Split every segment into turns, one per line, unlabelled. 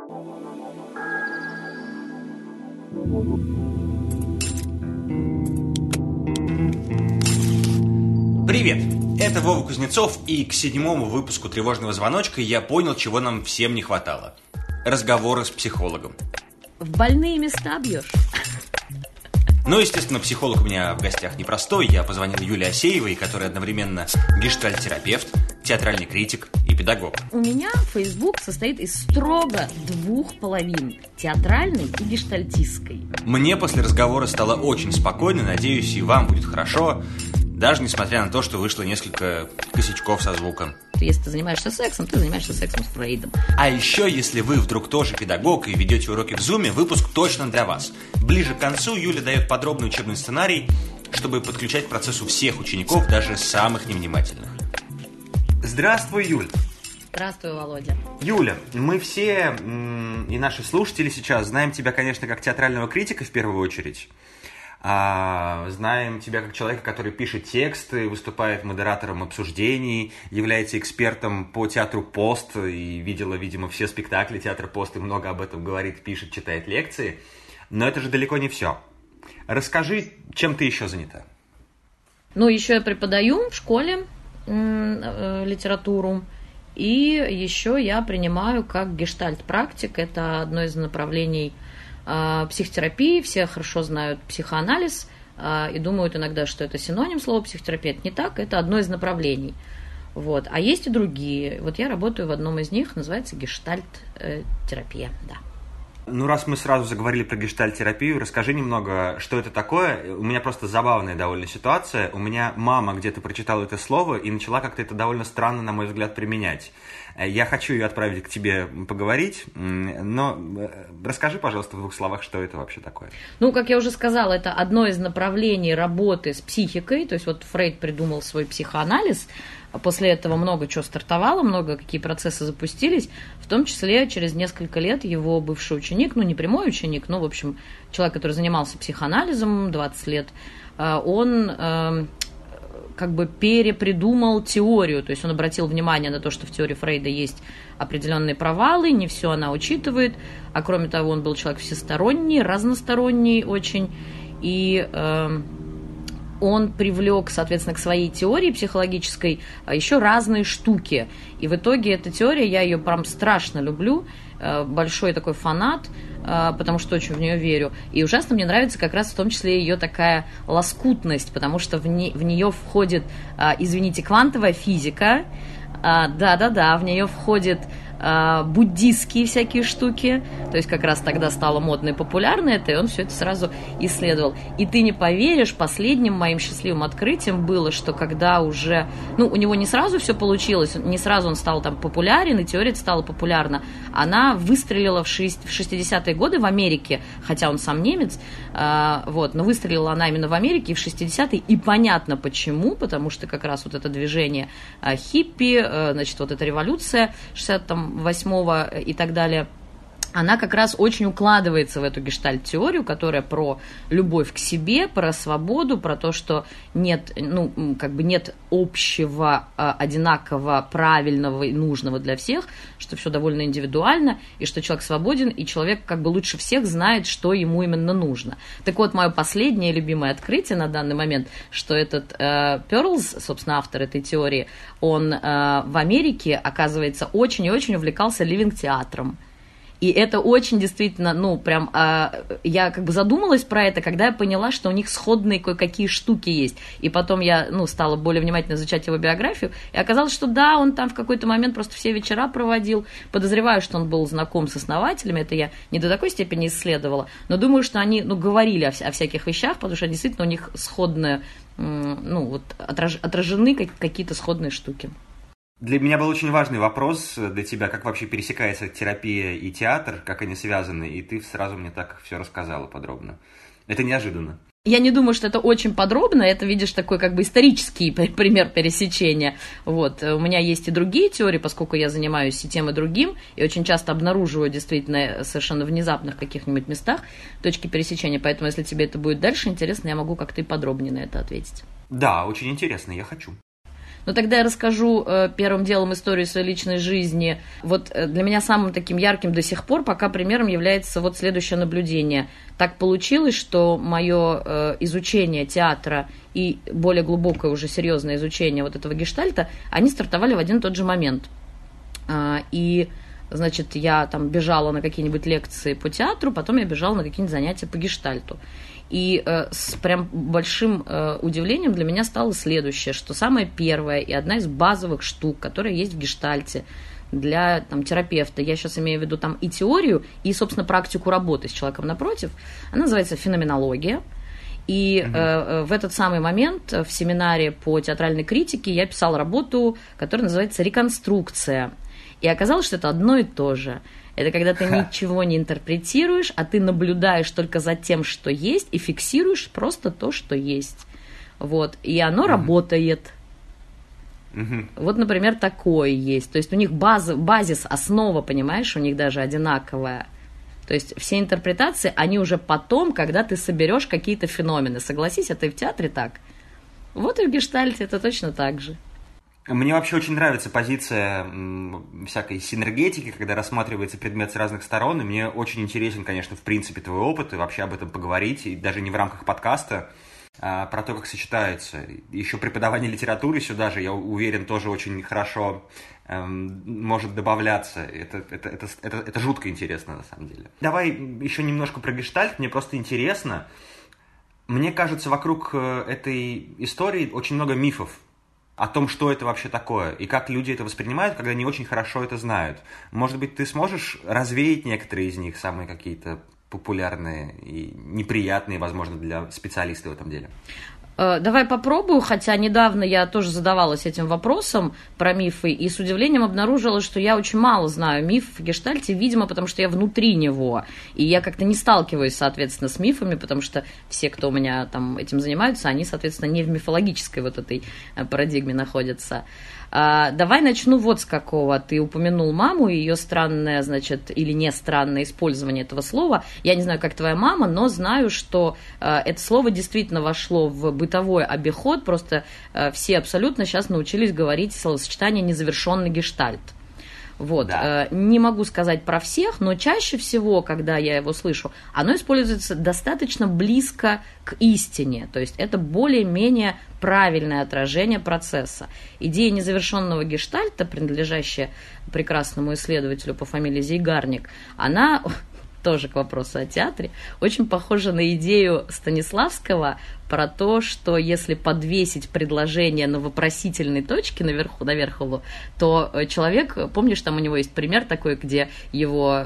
Привет! Это Вова Кузнецов, и к 7-му выпуску «Тревожного звоночка» я понял, чего нам всем не хватало. Разговоры с психологом.
В больные места бьешь?
Ну, естественно, психолог у меня в гостях непростой. Я позвонил Юле Асеевой, которая одновременно гештальт-терапевт, театральный критик и педагог.
У меня Facebook состоит из строго 2 половин – театральной и гештальтистской.
Мне после разговора стало очень спокойно, надеюсь, и вам будет хорошо, даже несмотря на то, что вышло несколько косячков со звуком.
Если ты занимаешься сексом, ты занимаешься сексом с Фрейдом.
А еще, если вы вдруг тоже педагог и ведете уроки в Zoom, выпуск точно для вас. Ближе к концу Юля дает подробный учебный сценарий, чтобы подключать к процессу всех учеников, даже самых невнимательных. Здравствуй, Юль.
Здравствуй, Володя.
Юля, мы все и наши слушатели сейчас знаем тебя, конечно, как театрального критика в первую очередь. Знаем тебя как человека, который пишет тексты, выступает модератором обсуждений, является экспертом по театру Пост и видела, видимо, все спектакли театра Пост и много об этом говорит, пишет, читает лекции. Но это же далеко не все. Расскажи, чем ты еще занята?
Ну, еще я преподаю в школе литературу. И еще я принимаю как гештальт-практик. Это одно из направлений психотерапии. Все хорошо знают психоанализ и думают иногда, что это синоним слова психотерапия. Это не так, это одно из направлений. Вот. А есть и другие. Вот я работаю в одном из них, называется гештальт-терапия. Да.
Ну, раз мы сразу заговорили про гештальт-терапию, расскажи немного, что это такое. У меня просто забавная довольно ситуация. У меня мама где-то прочитала это слово и начала как-то это довольно странно, на мой взгляд, применять. Я хочу ее отправить к тебе поговорить, но расскажи, пожалуйста, в 2 словах, что это вообще такое.
Ну, как я уже сказала, это одно из направлений работы с психикой. То есть вот Фрейд придумал свой психоанализ, после этого много чего стартовало, много какие процессы запустились, в том числе через несколько лет его бывший ученик, ну не прямой ученик, но в общем человек, который занимался психоанализом 20 лет, он как бы перепридумал теорию, то есть он обратил внимание на то, что в теории Фрейда есть определенные провалы, не все она учитывает, а кроме того он был человек всесторонний, разносторонний очень, и он привлек, соответственно, к своей теории психологической еще разные штуки. И в итоге эта теория, я ее прям страшно люблю, большой такой фанат, потому что очень в нее верю. И ужасно мне нравится как раз в том числе ее такая лоскутность, потому что в нее входит, извините, квантовая физика, да-да-да, в нее входит буддистские всякие штуки, то есть как раз тогда стало модно и популярно это, и он все это сразу исследовал. И ты не поверишь, последним моим счастливым открытием было, что когда уже, ну, у него не сразу все получилось, не сразу он стал там популярен, и теория стала популярна, она выстрелила в 60-е годы в Америке, хотя он сам немец, вот, но выстрелила она именно в Америке в 60-е, и понятно почему, потому что как раз вот это движение хиппи, значит, вот эта революция 68-го и так далее, она как раз очень укладывается в эту гештальт-теорию, которая про любовь к себе, про свободу, про то, что нет, ну, как бы нет общего, одинаково правильного и нужного для всех, что все довольно индивидуально, и что человек свободен, и человек как бы лучше всех знает, что ему именно нужно. Так вот, мое последнее любимое открытие на данный момент, что этот Перлс, собственно, автор этой теории, он в Америке, оказывается, очень и очень увлекался ливинг-театром. И это очень действительно, ну, прям, я как бы задумалась про это, когда я поняла, что у них сходные кое-какие штуки есть. И потом я, ну, стала более внимательно изучать его биографию, и оказалось, что да, он там в какой-то момент просто все вечера проводил. Подозреваю, что он был знаком с основателями, это я не до такой степени исследовала, но думаю, что они, ну, говорили о всяких вещах, потому что действительно у них сходные, ну, вот отражены какие-то сходные штуки.
Для меня был очень важный вопрос для тебя, как вообще пересекается терапия и театр, как они связаны, и ты сразу мне так все рассказала подробно. Это неожиданно.
Я не думаю, что это очень подробно, это, видишь, такой как бы исторический пример пересечения. Вот. У меня есть и другие теории, поскольку я занимаюсь и тем, и другим, и очень часто обнаруживаю действительно совершенно внезапных каких-нибудь местах точки пересечения, поэтому если тебе это будет дальше интересно, я могу как-то и подробнее на это ответить.
Да, очень интересно, я хочу.
Но тогда я расскажу первым делом историю своей личной жизни. Вот для меня самым таким ярким до сих пор пока примером является вот следующее наблюдение. Так получилось, что мое изучение театра и более глубокое уже серьезное изучение вот этого гештальта, они стартовали в один и тот же момент. И, значит, я там бежала на какие-нибудь лекции по театру, потом я бежала на какие-нибудь занятия по гештальту. И с прям большим удивлением для меня стало следующее, что самое первое и одна из базовых штук, которая есть в гештальте для там, терапевта, я сейчас имею в виду там и теорию, и, собственно, практику работы с человеком напротив, она называется феноменология. И в этот самый момент в семинаре по театральной критике я писала работу, которая называется «Реконструкция». И оказалось, что это одно и то же. Это когда ты ничего не интерпретируешь, а ты наблюдаешь только за тем, что есть, и фиксируешь просто то, что есть. Вот. И оно работает. Вот, например, такое есть. То есть у них базис, основа, понимаешь, у них даже одинаковая. То есть все интерпретации, они уже потом, когда ты соберешь какие-то феномены. Согласись, это и в театре так. Вот и в гештальте это точно так же.
Мне вообще очень нравится позиция всякой синергетики, когда рассматривается предмет с разных сторон, и мне очень интересен, конечно, в принципе, твой опыт, и вообще об этом поговорить, и даже не в рамках подкаста, а про то, как сочетается. Еще преподавание литературы сюда же, я уверен, тоже очень хорошо может добавляться. Это жутко интересно, на самом деле. Давай еще немножко про гештальт, мне просто интересно. Мне кажется, вокруг этой истории очень много мифов о том, что это вообще такое, и как люди это воспринимают, когда не очень хорошо это знают. Может быть, ты сможешь развеять некоторые из них, самые какие-то популярные и неприятные, возможно, для специалистов в этом деле?
Давай попробую, хотя недавно я тоже задавалась этим вопросом про мифы, и с удивлением обнаружила, что я очень мало знаю мифов в гештальте, видимо, потому что я внутри него, и я как-то не сталкиваюсь, соответственно, с мифами, потому что все, кто у меня там этим занимаются, они, соответственно, не в мифологической вот этой парадигме находятся. Давай начну вот с какого. Ты упомянул маму и ее странное, значит, или не странное использование этого слова. Я не знаю, как твоя мама, но знаю, что это слово действительно вошло в бытовой обиход. Просто все абсолютно сейчас научились говорить словосочетание «незавершенный гештальт». Вот. Да. Не могу сказать про всех, но чаще всего, когда я его слышу, оно используется достаточно близко к истине. То есть это более-менее правильное отражение процесса. Идея незавершенного гештальта, принадлежащая прекрасному исследователю по фамилии Зейгарник, она, тоже к вопросу о театре, очень похожа на идею Станиславского про то, что если подвесить предложение на вопросительной точке наверху, то человек, помнишь, там у него есть пример такой, где его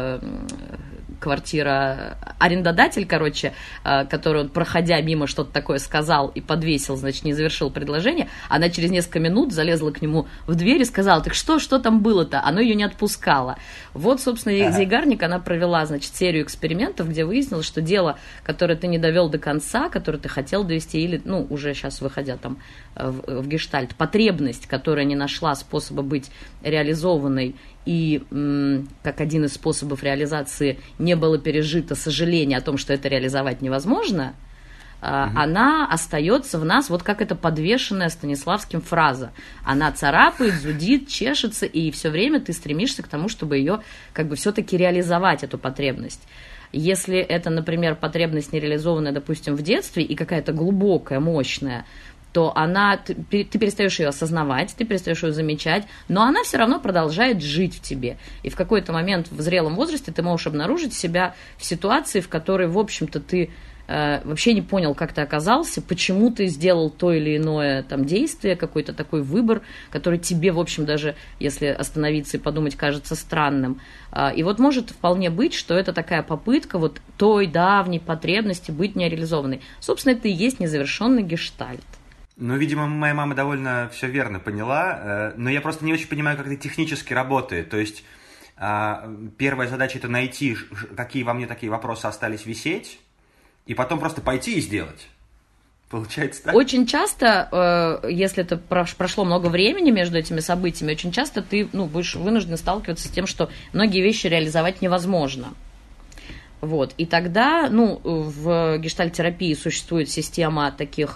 квартира, арендодатель, короче, который он, проходя мимо, что-то такое сказал и подвесил, значит, не завершил предложение, она через несколько минут залезла к нему в дверь и сказала: так что там было-то? Оно ее не отпускало. Вот, собственно, Зейгарник, она провела, значит, серию экспериментов, где выяснилось, что дело, которое ты не довел до конца, которое ты хотел довести, или, уже сейчас выходя там в гештальт, потребность, которая не нашла способа быть реализованной, и как один из способов реализации не было пережито сожаление о том, что это реализовать невозможно, она остается в нас, вот как эта подвешенная Станиславским фраза. Она царапает, зудит, чешется, и все время ты стремишься к тому, чтобы ее как бы все-таки реализовать, эту потребность. Если это, например, потребность нереализованная, допустим, в детстве и какая-то глубокая, мощная, то ты перестаешь ее осознавать, ты перестаешь ее замечать, но она все равно продолжает жить в тебе. И в какой-то момент в зрелом возрасте ты можешь обнаружить себя в ситуации, в которой, в общем-то, ты вообще не понял, как ты оказался, почему ты сделал то или иное там действие, какой-то такой выбор, который тебе, в общем, даже если остановиться и подумать, кажется странным. И вот может вполне быть, что это такая попытка вот той давней потребности быть нереализованной. Собственно, это и есть незавершенный гештальт.
Видимо, моя мама довольно все верно поняла, но я просто не очень понимаю, как это технически работает. То есть первая задача – это найти, какие во мне такие вопросы остались висеть, и потом просто пойти и сделать. Получается так?
Очень часто, если это прошло много времени между этими событиями, очень часто ты будешь вынужден сталкиваться с тем, что многие вещи реализовать невозможно. Вот. И тогда в гештальт-терапии существует система таких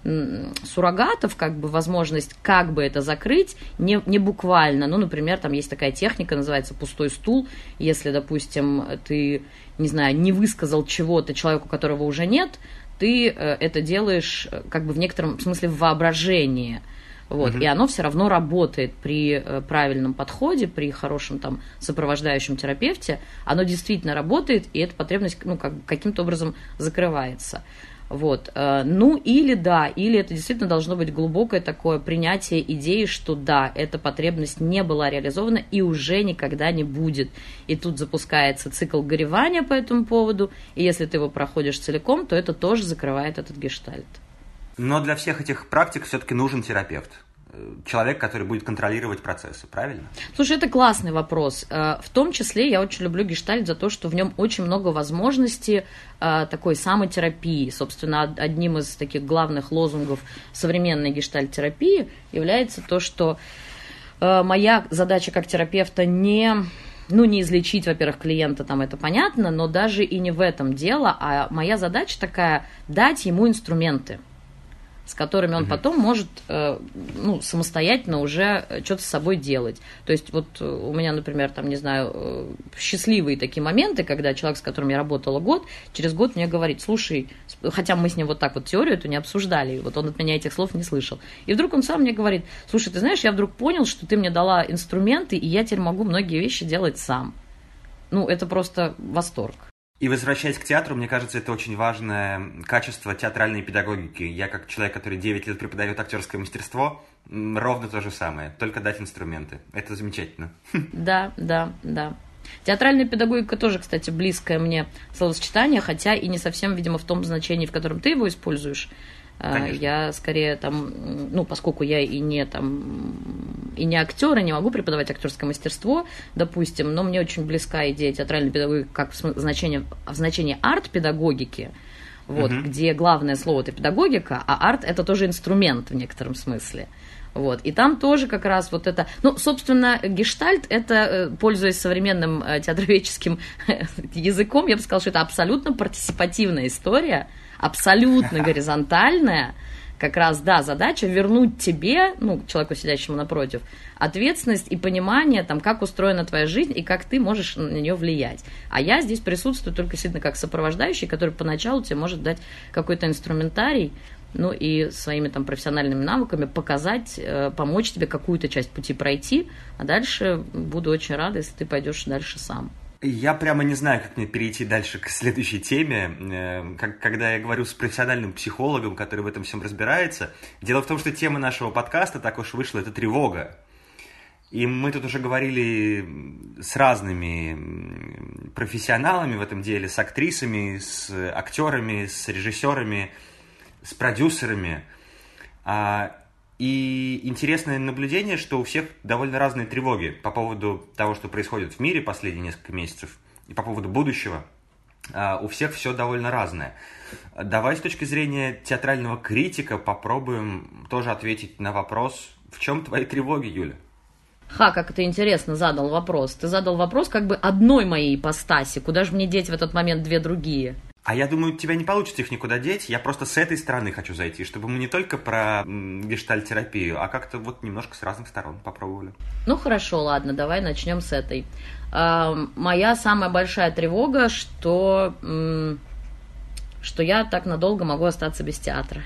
суррогатов, как бы возможность как бы это закрыть, не буквально. Ну, например, там есть такая техника, называется пустой стул. Если, допустим, ты, не знаю, не высказал чего-то человеку, которого уже нет, ты это делаешь как бы в некотором смысле в воображении. Вот, и оно все равно работает при правильном подходе, при хорошем там сопровождающем терапевте. Оно действительно работает, и эта потребность каким-то образом закрывается. Вот. Ну, или это действительно должно быть глубокое такое принятие идеи, что да, эта потребность не была реализована и уже никогда не будет. И тут запускается цикл горевания по этому поводу, и если ты его проходишь целиком, то это тоже закрывает этот гештальт.
Но для всех этих практик все-таки нужен терапевт. Человек, который будет контролировать процессы, правильно?
Слушай, это классный вопрос. В том числе я очень люблю гештальт за то, что в нем очень много возможностей такой самотерапии. Собственно, одним из таких главных лозунгов современной гештальт-терапии является то, что моя задача как терапевта не излечить, во-первых, клиента, там это понятно, но даже и не в этом дело, а моя задача такая – дать ему инструменты, с которыми он потом может самостоятельно уже что-то с собой делать. То есть вот у меня, например, там, не знаю, счастливые такие моменты, когда человек, с которым я работала год, через год мне говорит: слушай, хотя мы с ним вот так вот теорию эту не обсуждали, вот он от меня этих слов не слышал. И вдруг он сам мне говорит: слушай, ты знаешь, я вдруг понял, что ты мне дала инструменты, и я теперь могу многие вещи делать сам. Ну, это просто восторг.
И возвращаясь к театру, мне кажется, это очень важное качество театральной педагогики. Я, как человек, который 9 лет преподает актерское мастерство, ровно то же самое, только дать инструменты. Это замечательно.
Да. Театральная педагогика тоже, кстати, близкое мне словосочетание, хотя и не совсем, видимо, в том значении, в котором ты его используешь. Конечно. Я скорее там, поскольку я и не актер, и не могу преподавать актерское мастерство, допустим, но мне очень близка идея театральной педагогики как в значении арт-педагогики, вот, где главное слово – это педагогика, а арт – это тоже инструмент в некотором смысле. Вот. И там тоже как раз вот это... собственно, гештальт – это, пользуясь современным театроведческим языком, я бы сказала, что это абсолютно партиципативная история, абсолютно горизонтальная, как раз, да, задача вернуть тебе, человеку, сидящему напротив, ответственность и понимание, там, как устроена твоя жизнь и как ты можешь на нее влиять. А я здесь присутствую только действительно как сопровождающий, который поначалу тебе может дать какой-то инструментарий, и своими там профессиональными навыками показать, помочь тебе какую-то часть пути пройти, а дальше буду очень рада, если ты пойдешь дальше сам.
Я прямо не знаю, как мне перейти дальше к следующей теме. Когда я говорю с профессиональным психологом, который в этом всем разбирается, дело в том, что тема нашего подкаста, так уж вышла, это тревога. И мы тут уже говорили с разными профессионалами в этом деле, с актрисами, с актерами, с режиссерами, с продюсерами. И интересное наблюдение, что у всех довольно разные тревоги по поводу того, что происходит в мире последние несколько месяцев, и по поводу будущего. У всех все довольно разное. Давай с точки зрения театрального критика попробуем тоже ответить на вопрос, в чем твои тревоги, Юля?
Как ты интересно задал вопрос. Ты задал вопрос как бы одной моей ипостаси. Куда же мне деть в этот момент две другие?
А я думаю, у тебя не получится их никуда деть. Я просто с этой стороны хочу зайти, чтобы мы не только про гештальт-терапию, а как-то вот немножко с разных сторон попробовали.
Хорошо, ладно, давай начнем с этой. Моя самая большая тревога, что я так надолго могу остаться без театра.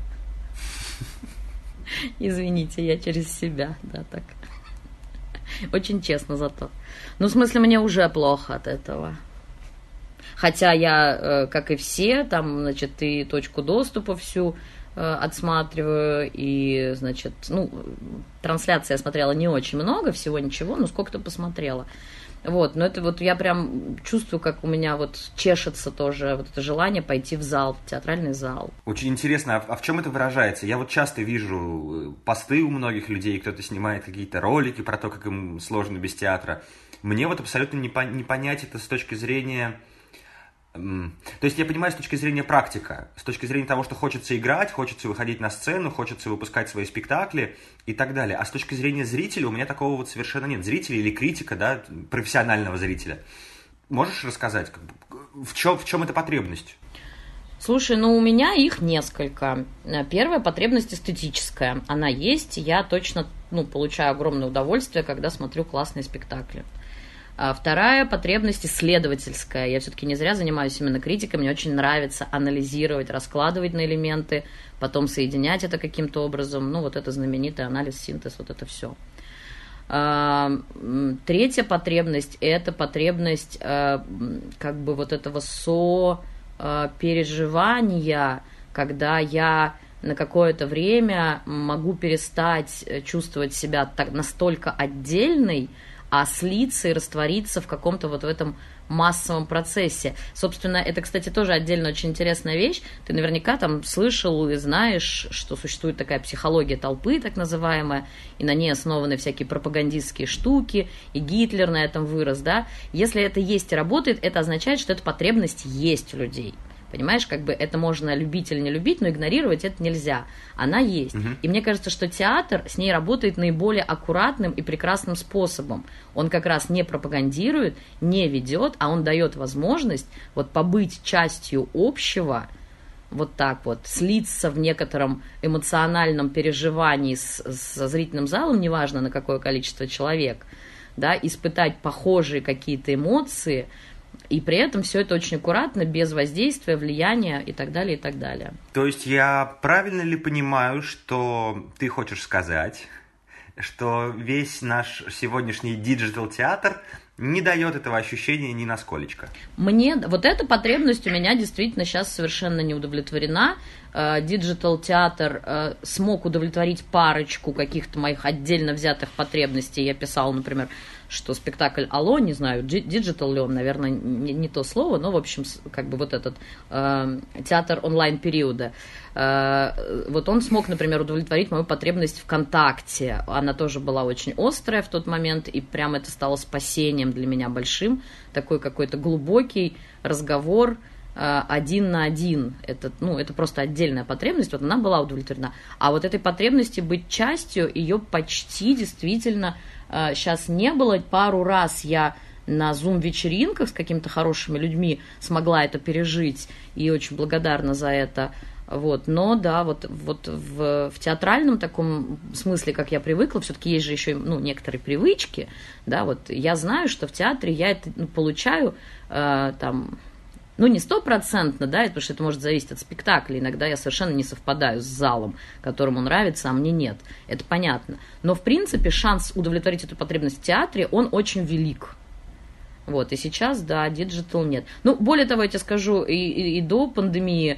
Извините, я через себя, да, так. Очень честно зато. В смысле, мне уже плохо от этого. Хотя я, как и все, там, значит, и точку доступа всю отсматриваю, и, значит, трансляции я смотрела не очень много, всего ничего, но сколько-то посмотрела. Вот, но это вот я прям чувствую, как у меня вот чешется тоже вот это желание пойти в зал, в театральный зал.
Очень интересно, а в чем это выражается? Я вот часто вижу посты у многих людей, кто-то снимает какие-то ролики про то, как им сложно без театра. Мне вот абсолютно не понять это с точки зрения... То есть я понимаю с точки зрения практика, с точки зрения того, что хочется играть, хочется выходить на сцену, хочется выпускать свои спектакли и так далее. А с точки зрения зрителя у меня такого вот совершенно нет. Зрителя или критика, да, профессионального зрителя. Можешь рассказать, в чем эта потребность?
Слушай, ну у меня их несколько. Первая потребность эстетическая. Она есть, и я точно получаю огромное удовольствие, когда смотрю классные спектакли. А вторая потребность исследовательская. Я все-таки не зря занимаюсь именно критикой. Мне очень нравится анализировать, раскладывать на элементы, потом соединять это каким-то образом. Вот это знаменитый анализ, синтез, вот это все. Третья потребность – это потребность как бы вот этого переживания, когда я на какое-то время могу перестать чувствовать себя настолько отдельной, а слиться и раствориться в каком-то вот в этом массовом процессе. Собственно, это, кстати, тоже отдельно очень интересная вещь. Ты наверняка там слышал и знаешь, что существует такая психология толпы, так называемая, и на ней основаны всякие пропагандистские штуки, и Гитлер на этом вырос, да. Если это есть и работает, это означает, что эта потребность есть у людей. Понимаешь, как бы это можно любить или не любить, но игнорировать это нельзя. Она есть. И мне кажется, что театр с ней работает наиболее аккуратным и прекрасным способом. Он как раз не пропагандирует, не ведет, а он дает возможность побыть частью общего, вот так вот, слиться в некотором эмоциональном переживании со зрительным залом, неважно на какое количество человек, да, испытать похожие какие-то эмоции. И при этом все это очень аккуратно, без воздействия, влияния и так далее, и так далее.
То есть я правильно ли понимаю, что ты хочешь сказать, что весь наш сегодняшний диджитал-театр не дает этого ощущения ни насколечко?
Вот эта потребность у меня действительно сейчас совершенно не удовлетворена. Диджитал-театр смог удовлетворить парочку каких-то моих отдельно взятых потребностей. Я писала, например, что спектакль «Алло», не знаю, диджитал ли он, наверное, не то слово, но, в общем, как бы вот этот театр онлайн-периода. Вот он смог, например, удовлетворить мою потребность ВКонтакте. Она тоже была очень острая в тот момент, и прям это стало спасением для меня большим. Такой какой-то глубокий разговор один на один. Это просто отдельная потребность, вот она была удовлетворена. А вот этой потребности быть частью, ее почти действительно сейчас не было. Пару раз я на зум-вечеринках с какими-то хорошими людьми смогла это пережить, и очень благодарна за это. Но да, в театральном таком смысле, как я привыкла, все-таки есть же еще некоторые привычки, да, я знаю, что в театре я это получаю не 100%, да, потому что это может зависеть от спектакля. Иногда я совершенно не совпадаю с залом, которому нравится, а мне нет. Это понятно. Но, в принципе, шанс удовлетворить эту потребность в театре, он очень велик. И сейчас, да, диджитал нет. Более того, я тебе скажу, и до пандемии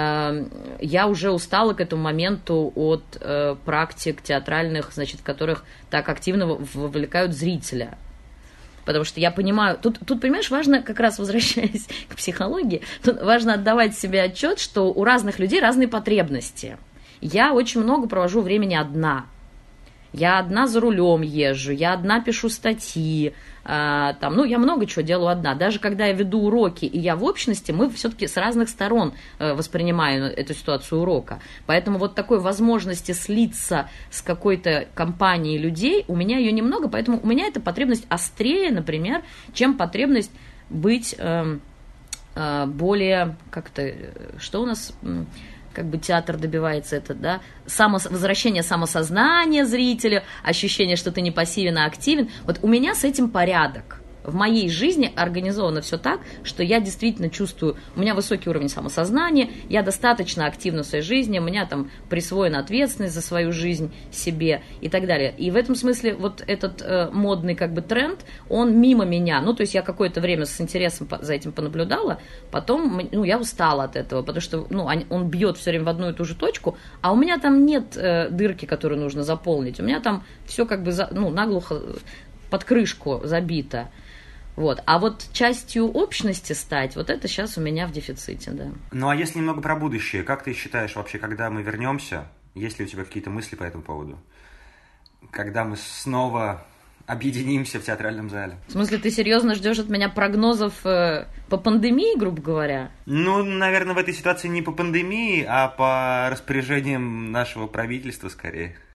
я уже устала к этому моменту от практик театральных, в которых так активно вовлекают зрителя. Потому что я понимаю, тут, понимаешь, важно, как раз возвращаясь к психологии, тут важно отдавать себе отчет, что у разных людей разные потребности. Я очень много провожу времени одна. Я одна за рулем езжу, я одна пишу статьи, я много чего делаю одна. Даже когда я веду уроки, и я в общности, мы все-таки с разных сторон воспринимаем эту ситуацию урока. Поэтому такой возможности слиться с какой-то компанией людей, у меня ее немного, поэтому у меня эта потребность острее, например, чем потребность быть более, что у нас... как бы театр добивается это, да, возвращение самосознания зрителя, ощущение, что ты не пассивен, а активен. У меня с этим порядок. В моей жизни организовано все так, что я действительно чувствую, у меня высокий уровень самосознания, я достаточно активна в своей жизни, у меня там присвоена ответственность за свою жизнь себе и так далее. И в этом смысле этот модный тренд, он мимо меня. То есть я какое-то время с интересом за этим понаблюдала, потом я устала от этого, потому что он бьет все время в одну и ту же точку, а у меня там нет дырки, которую нужно заполнить. У меня там все наглухо под крышку забито. А частью общности стать, это сейчас у меня в дефиците, да.
А если немного про будущее, как ты считаешь вообще, когда мы вернемся, есть ли у тебя какие-то мысли по этому поводу? Когда мы снова объединимся в театральном зале?
В смысле, ты серьезно ждешь от меня прогнозов по пандемии, грубо говоря?
Наверное, в этой ситуации не по пандемии, а по распоряжениям нашего правительства скорее.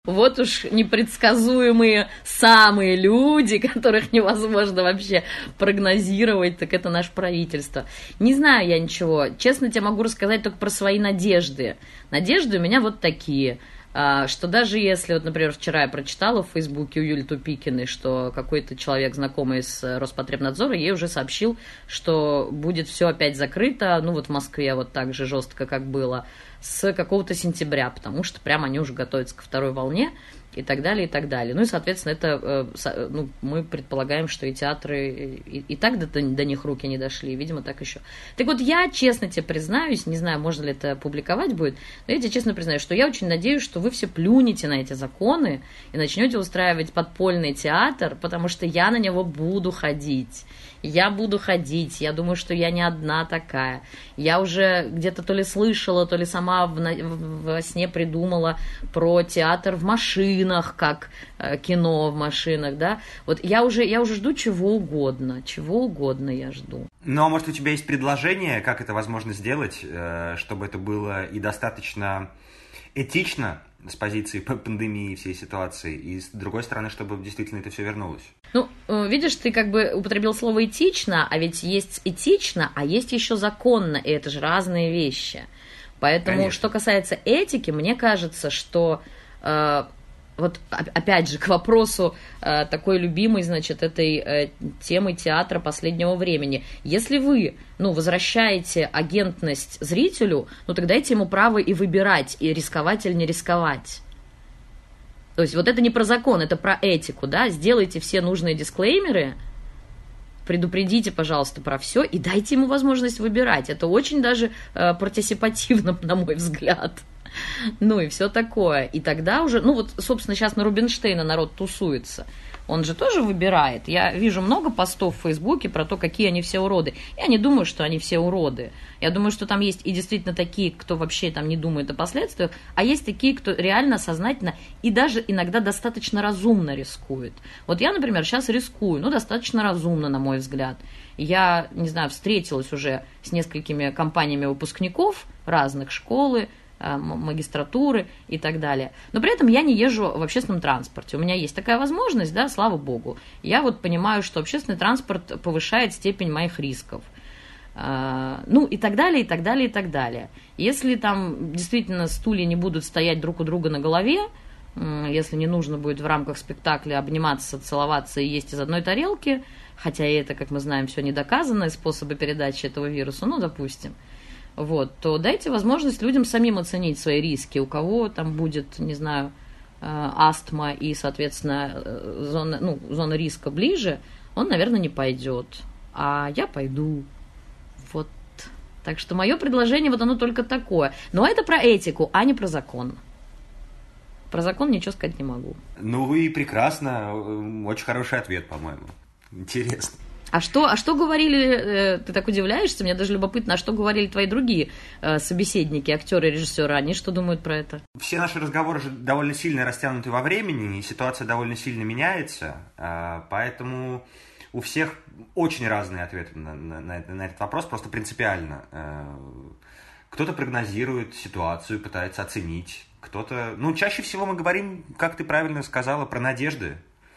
Вот уж непредсказуемые самые люди, которых невозможно вообще прогнозировать, так это наше правительство. Не знаю я ничего. Честно тебе могу рассказать только про свои надежды. Надежды у меня вот такие, что даже если, вот, например, вчера я прочитала в Фейсбуке у Юли Тупикиной, что какой-то человек, знакомый с Роспотребнадзора, ей уже сообщил, что будет все опять закрыто, ну вот в Москве вот так же жестко, как было, с какого-то сентября, потому что прямо они уже готовятся ко второй волне и так далее, и так далее. Ну и, соответственно, это, ну, мы предполагаем, что и театры и так до них руки не дошли, видимо, так еще. Так вот, я честно тебе признаюсь, не знаю, можно ли это публиковать будет, но я тебе честно признаюсь, что я очень надеюсь, что вы все плюнете на эти законы и начнете устраивать подпольный театр, потому что я на него буду ходить. Я буду ходить, я думаю, что я не одна такая. Я уже где-то то ли слышала, то ли сама во сне придумала про театр в машинах, как кино в машинах, да. Вот я уже жду чего угодно я жду.
Ну, а может, у тебя есть предложение, как это возможно сделать, чтобы это было и достаточно этично с позиции пандемии всей ситуации, и с другой стороны, чтобы действительно это все вернулось?
Ну, видишь, ты как бы употребил слово «этично», а ведь есть этично, а есть еще законно, и это же разные вещи. Поэтому, конечно, что касается этики, мне кажется, что вот опять же к вопросу такой любимой, значит, этой темы театра последнего времени. Если вы, возвращаете агентность зрителю, тогда дайте ему право и выбирать, и рисковать или не рисковать. То есть вот это не про закон, это про этику, да? Сделайте все нужные дисклеймеры, предупредите, пожалуйста, про все и дайте ему возможность выбирать. Это очень даже партисипативно, на мой взгляд. Ну и все такое. И тогда уже, собственно, сейчас на Рубинштейна народ тусуется. Он же тоже выбирает. Я вижу много постов в Фейсбуке про то, какие они все уроды. Я не думаю, что они все уроды. Я думаю, что там есть и действительно такие, кто вообще там не думает о последствиях, а есть такие, кто реально сознательно и даже иногда достаточно разумно рискует. Вот я, например, сейчас рискую, достаточно разумно, на мой взгляд. Я, не знаю, встретилась уже с несколькими компаниями выпускников разных школы, магистратуры и так далее. Но при этом я не езжу в общественном транспорте. У меня есть такая возможность, да, слава богу. Я вот понимаю, что общественный транспорт повышает степень моих рисков. И так далее, и так далее, и так далее. Если там действительно стулья не будут стоять друг у друга на голове, если не нужно будет в рамках спектакля обниматься, целоваться и есть из одной тарелки, хотя и это, как мы знаем, все недоказанные способы передачи этого вируса, допустим, то дайте возможность людям самим оценить свои риски. У кого там будет, не знаю, астма и, соответственно, зона риска ближе, он, наверное, не пойдет. А я пойду. Вот. Так что мое предложение, оно только такое. Но это про этику, а не про закон. Про закон ничего сказать не могу.
И прекрасно. Очень хороший ответ, по-моему. Интересно.
А что говорили, ты так удивляешься, мне даже любопытно, а что говорили твои другие собеседники, актеры, режиссеры, они что думают про это?
Все наши разговоры же довольно сильно растянуты во времени, и ситуация довольно сильно меняется, поэтому у всех очень разные ответы на этот вопрос, просто принципиально. Кто-то прогнозирует ситуацию, пытается оценить, кто-то... чаще всего мы говорим, как ты правильно сказала, про надежды.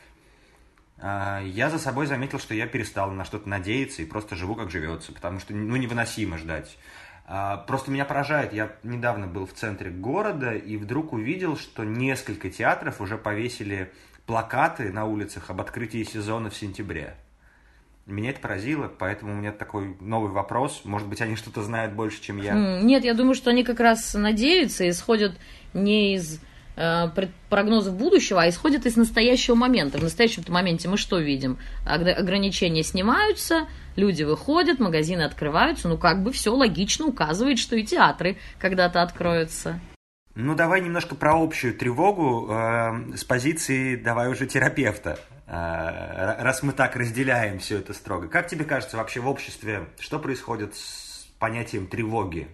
Я за собой заметил, что я перестал на что-то надеяться и просто живу, как живется, потому что, невыносимо ждать. Просто меня поражает, я недавно был в центре города и вдруг увидел, что несколько театров уже повесили плакаты на улицах об открытии сезона в сентябре. Меня это поразило, поэтому у меня такой новый вопрос. Может быть, они что-то знают больше, чем я?
Нет, я думаю, что они как раз надеются и исходят не из прогнозов будущего, а исходят из настоящего момента. В настоящем моменте мы что видим? Ограничения снимаются, люди выходят, магазины открываются. Все логично указывает, что и театры когда-то откроются.
Давай немножко про общую тревогу с позиции, давай уже, терапевта. Раз мы так разделяем все это строго. Как тебе кажется, вообще в обществе, что происходит с понятием тревоги?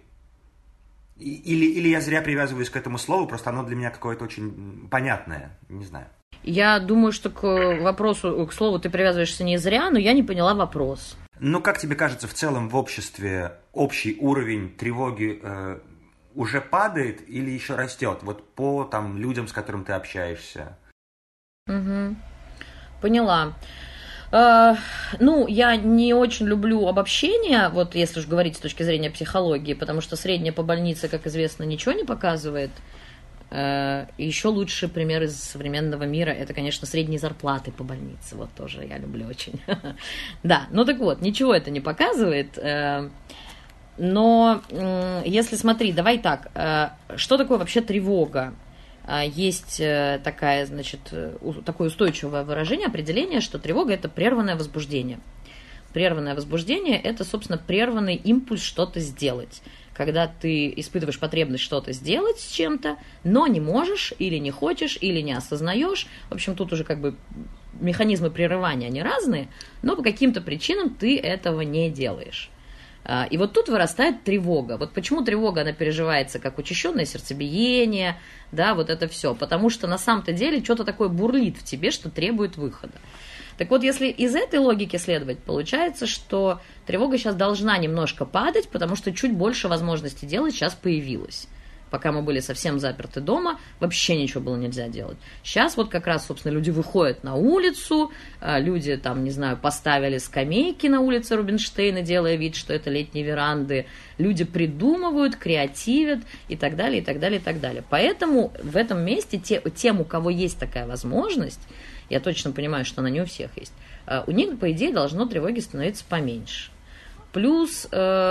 Или я зря привязываюсь к этому слову, просто оно для меня какое-то очень понятное, не знаю.
Я думаю, что к слову ты привязываешься не зря, но я не поняла вопрос.
Как тебе кажется, в целом в обществе общий уровень тревоги уже падает или еще растет? Вот по там людям, с которыми ты общаешься.
Угу. Поняла. Ну, я не очень люблю обобщение, вот если уж говорить с точки зрения психологии, потому что средняя по больнице, как известно, ничего не показывает. Еще лучший пример из современного мира – это, конечно, средние зарплаты по больнице. Вот тоже я люблю очень. Да, ну так вот, ничего это не показывает. Но если смотри, давай так, что такое вообще тревога? Есть такая, значит, такое устойчивое выражение, определение, что тревога – это прерванное возбуждение. Прерванное возбуждение – это, собственно, прерванный импульс что-то сделать. Когда ты испытываешь потребность что-то сделать с чем-то, но не можешь, или не хочешь, или не осознаешь. В общем, тут уже как бы механизмы прерывания, они разные, но по каким-то причинам ты этого не делаешь. И вот тут вырастает тревога. Вот почему тревога, она переживается как учащенное сердцебиение, да, вот это все. Потому что на самом-то деле что-то такое бурлит в тебе, что требует выхода. Так вот, если из этой логики следовать, получается, что тревога сейчас должна немножко падать, потому что чуть больше возможностей делать сейчас появилось. Пока мы были совсем заперты дома, вообще ничего было нельзя делать. Сейчас вот как раз, собственно, люди выходят на улицу, люди там, не знаю, поставили скамейки на улице Рубинштейна, делая вид, что это летние веранды. Люди придумывают, креативят и так далее, и так далее, и так далее. Поэтому в этом месте тем, у кого есть такая возможность, я точно понимаю, что она не у всех есть, у них, по идее, должно тревоги становиться поменьше. Плюс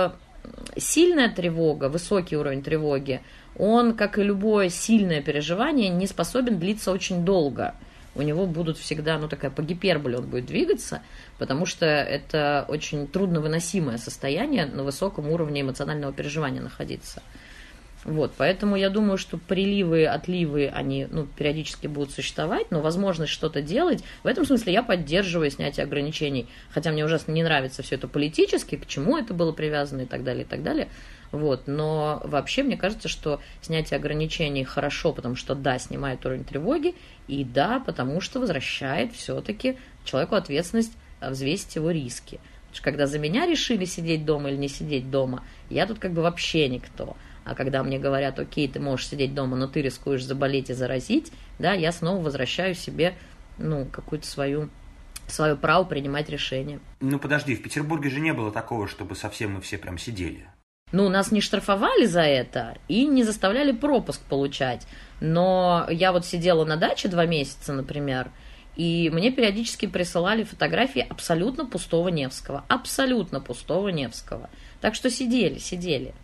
сильная тревога, высокий уровень тревоги, он, как и любое сильное переживание, не способен длиться очень долго. У него будут всегда, такая по гиперболе он будет двигаться, потому что это очень трудновыносимое состояние на высоком уровне эмоционального переживания находиться. Вот, поэтому я думаю, что приливы, отливы, они периодически будут существовать, но возможность что-то делать, в этом смысле я поддерживаю снятие ограничений, хотя мне ужасно не нравится все это политически, к чему это было привязано и так далее, и так далее. Вот, но вообще мне кажется, что снятие ограничений хорошо, потому что да, снимает уровень тревоги, и да, потому что возвращает все-таки человеку ответственность взвесить его риски. Потому что когда за меня решили сидеть дома или не сидеть дома, я тут как бы вообще никто. А когда мне говорят, окей, ты можешь сидеть дома, но ты рискуешь заболеть и заразить, да, я снова возвращаю себе, какую-то свое право принимать решения.
Подожди, в Петербурге же не было такого, чтобы совсем мы все прям сидели.
Нас не штрафовали за это и не заставляли пропуск получать. Но я вот сидела на даче 2 месяца, например, и мне периодически присылали фотографии абсолютно пустого Невского. Абсолютно пустого Невского. Так что сидели.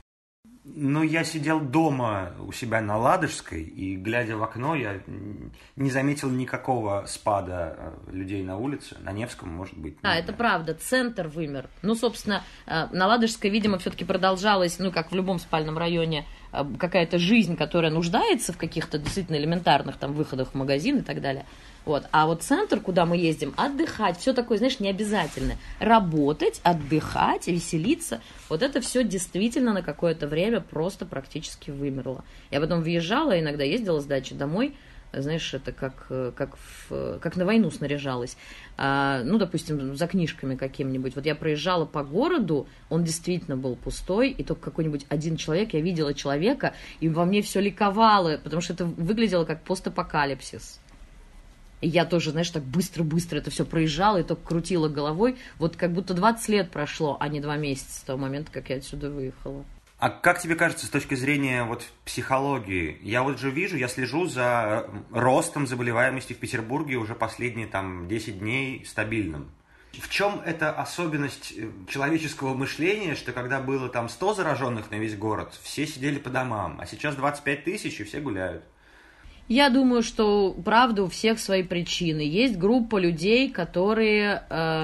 Я сидел дома у себя на Ладожской, и, глядя в окно, я не заметил никакого спада людей на улице. На Невском, может быть.
Это правда, центр вымер. Собственно, на Ладожской, видимо, все-таки продолжалась, как в любом спальном районе, какая-то жизнь, которая нуждается в каких-то действительно элементарных там выходах в магазин и так далее. Вот. А вот центр, куда мы ездим, отдыхать, все такое, знаешь, необязательное. Работать, отдыхать, веселиться, вот это все действительно на какое-то время просто практически вымерло. Я потом въезжала, иногда ездила с дачи домой, знаешь, это как на войну снаряжалась. Допустим, за книжками каким-нибудь. Вот я проезжала по городу, он действительно был пустой, и только какой-нибудь один человек, я видела человека, и во мне все ликовало, потому что это выглядело как постапокалипсис. И я тоже, знаешь, так быстро-быстро это все проезжала и только крутила головой. Вот как будто 20 лет прошло, а не 2 месяца с того момента, как я отсюда выехала.
А как тебе кажется, с точки зрения психологии, я же вижу, я слежу за ростом заболеваемости в Петербурге уже последние 10 дней стабильным. В чем эта особенность человеческого мышления, что когда было 100 зараженных на весь город, все сидели по домам, а сейчас 25 тысяч и все гуляют?
Я думаю, что, правда, у всех свои причины. Есть группа людей, которые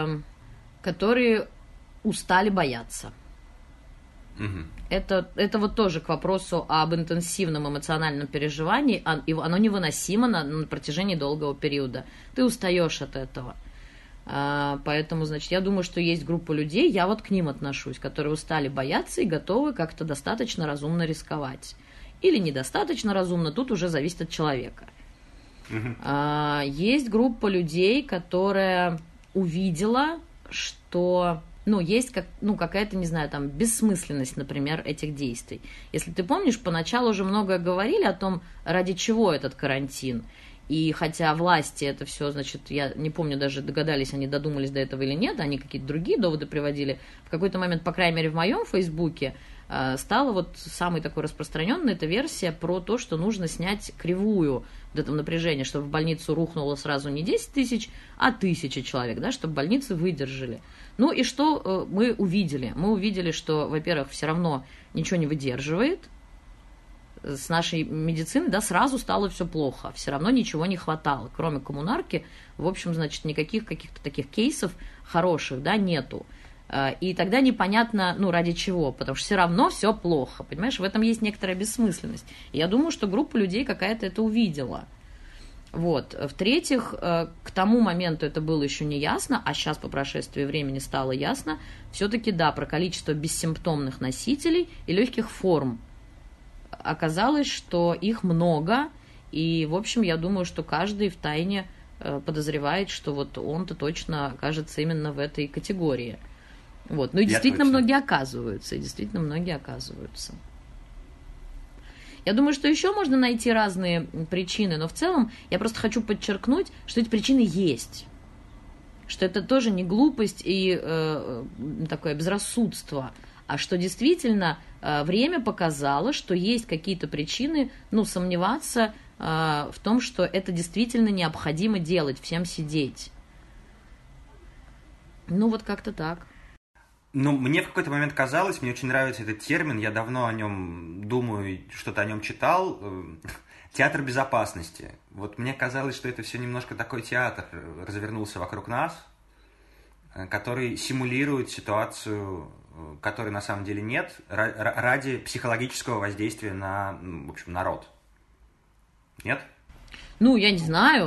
устали бояться.
Угу.
Это вот тоже к вопросу об интенсивном эмоциональном переживании. Оно невыносимо на протяжении долгого периода. Ты устаешь от этого. Поэтому, значит, я думаю, что есть группа людей, я вот к ним отношусь, которые устали бояться и готовы как-то достаточно разумно рисковать. Или недостаточно разумно, тут уже зависит от человека. Есть группа людей, которая увидела, что ну, есть какая-то, не знаю, там, бессмысленность, например, этих действий. Если ты помнишь, поначалу уже много говорили о том, ради чего этот карантин. И хотя власти это все, значит, я не помню даже, догадались они, додумались до этого или нет, они какие-то другие доводы приводили. В какой-то момент, по крайней мере, в моем Фейсбуке стала вот самой такой распространенной эта версия про то, что нужно снять кривую вот этого напряжения, чтобы в больницу рухнуло сразу не 10 тысяч, а 1000 человек, да, чтобы больницы выдержали. Ну и что мы увидели? Мы увидели, что, во-первых, все равно ничего не выдерживает. С нашей медициной, да, сразу стало все плохо. Все равно ничего не хватало. Кроме коммунарки, в общем, значит, никаких каких-то таких кейсов хороших, да, нету. И тогда непонятно, ну, ради чего, потому что все равно все плохо, понимаешь, в этом есть некоторая бессмысленность. И я думаю, что группа людей какая-то это увидела. Вот. В-третьих, к тому моменту это было еще не ясно, а сейчас по прошествии времени стало ясно, все-таки, да, про количество бессимптомных носителей и легких форм. Оказалось, что их много, и, в общем, я думаю, что каждый втайне подозревает, что вот он-то точно окажется именно в этой категории. Вот. Ну и действительно многие оказываются, Я думаю, что еще можно найти разные причины, но в целом я просто хочу подчеркнуть, что эти причины есть. Что это тоже не глупость и такое безрассудство, а что действительно время показало, что есть какие-то причины, ну, сомневаться в том, что это действительно необходимо делать, всем сидеть. Ну, вот как-то так.
Ну, мне в какой-то момент казалось, мне очень нравится этот термин, я давно о нем думаю, что-то о нем читал, театр безопасности. Вот мне казалось, что это все немножко такой театр развернулся вокруг нас, который симулирует ситуацию, которой на самом деле нет, ради психологического воздействия на, в общем, народ. Нет?
Ну, я не знаю,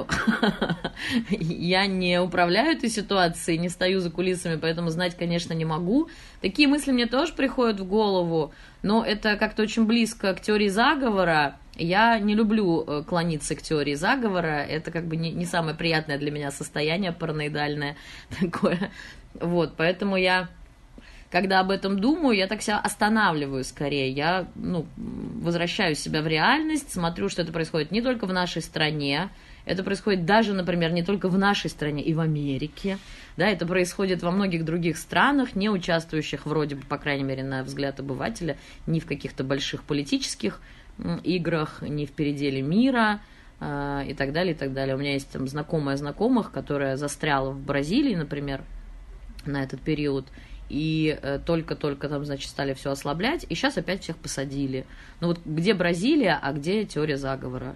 я не управляю этой ситуацией, не стою за кулисами, поэтому знать, конечно, не могу. Такие мысли мне тоже приходят в голову, но это как-то очень близко к теории заговора. Я не люблю клониться к теории заговора, это как бы не самое приятное для меня состояние параноидальное такое. Вот, поэтому я... Когда об этом думаю, я так себя останавливаю скорее. Я возвращаю себя в реальность, смотрю, что это происходит не только в нашей стране, это происходит даже, например, не только в нашей стране и в Америке. Да, это происходит во многих других странах, не участвующих вроде бы, по крайней мере, на взгляд обывателя, ни в каких-то больших политических играх, ни в переделе мира и так далее, и так далее. У меня есть там знакомая знакомых, которая застряла в Бразилии, например, на этот период, и только-только там, значит, стали все ослаблять, и сейчас опять всех посадили. Ну вот где Бразилия, а где теория заговора?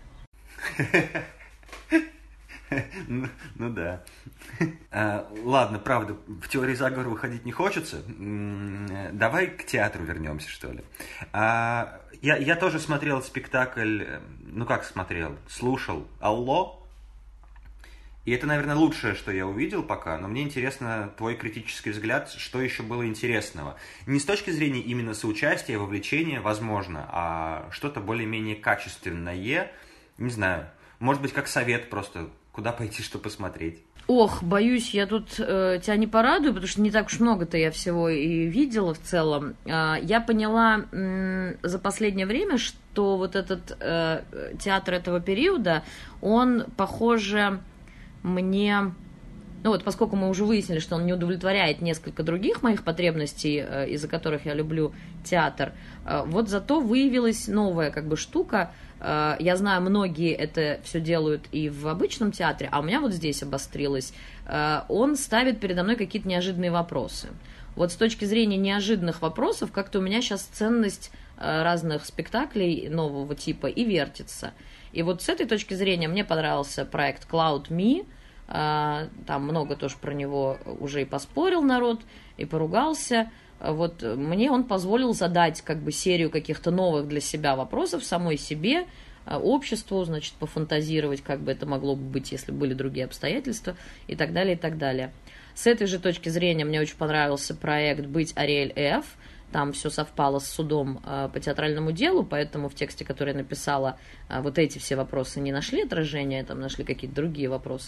Ну да. Ладно, правда, в теории заговора выходить не хочется. Давай к театру вернемся, что ли. Я тоже смотрел спектакль, ну как смотрел, слушал «Алло». И это, наверное, лучшее, что я увидел пока, но мне интересно твой критический взгляд, что еще было интересного. Не с точки зрения именно соучастия, вовлечения, возможно, а что-то более-менее качественное, не знаю, может быть, как совет просто, куда пойти, что посмотреть.
Ох, боюсь, я тут тебя не порадую, потому что не так уж много-то я всего и видела в целом. Я поняла за последнее время, что вот этот театр этого периода, он, похоже... Мне, ну вот, поскольку мы уже выяснили, что он не удовлетворяет несколько других моих потребностей, из-за которых я люблю театр, вот зато выявилась новая как бы штука. Я знаю, многие это все делают и в обычном театре, а у меня вот здесь обострилось. Он ставит передо мной какие-то неожиданные вопросы. Вот с точки зрения неожиданных вопросов, как-то у меня сейчас ценность разных спектаклей нового типа и вертится. И вот с этой точки зрения мне понравился проект Cloud Me. Там много тоже про него уже и поспорил народ, и поругался. Вот мне он позволил задать как бы серию каких-то новых для себя вопросов самой себе, обществу, значит, пофантазировать, как бы это могло бы быть, если бы были другие обстоятельства, и так далее, и так далее. С этой же точки зрения мне очень понравился проект «Быть Ариэль Ф». Там все совпало с судом по театральному делу, поэтому в тексте, который я написала, вот эти все вопросы не нашли отражения, там нашли какие-то другие вопросы.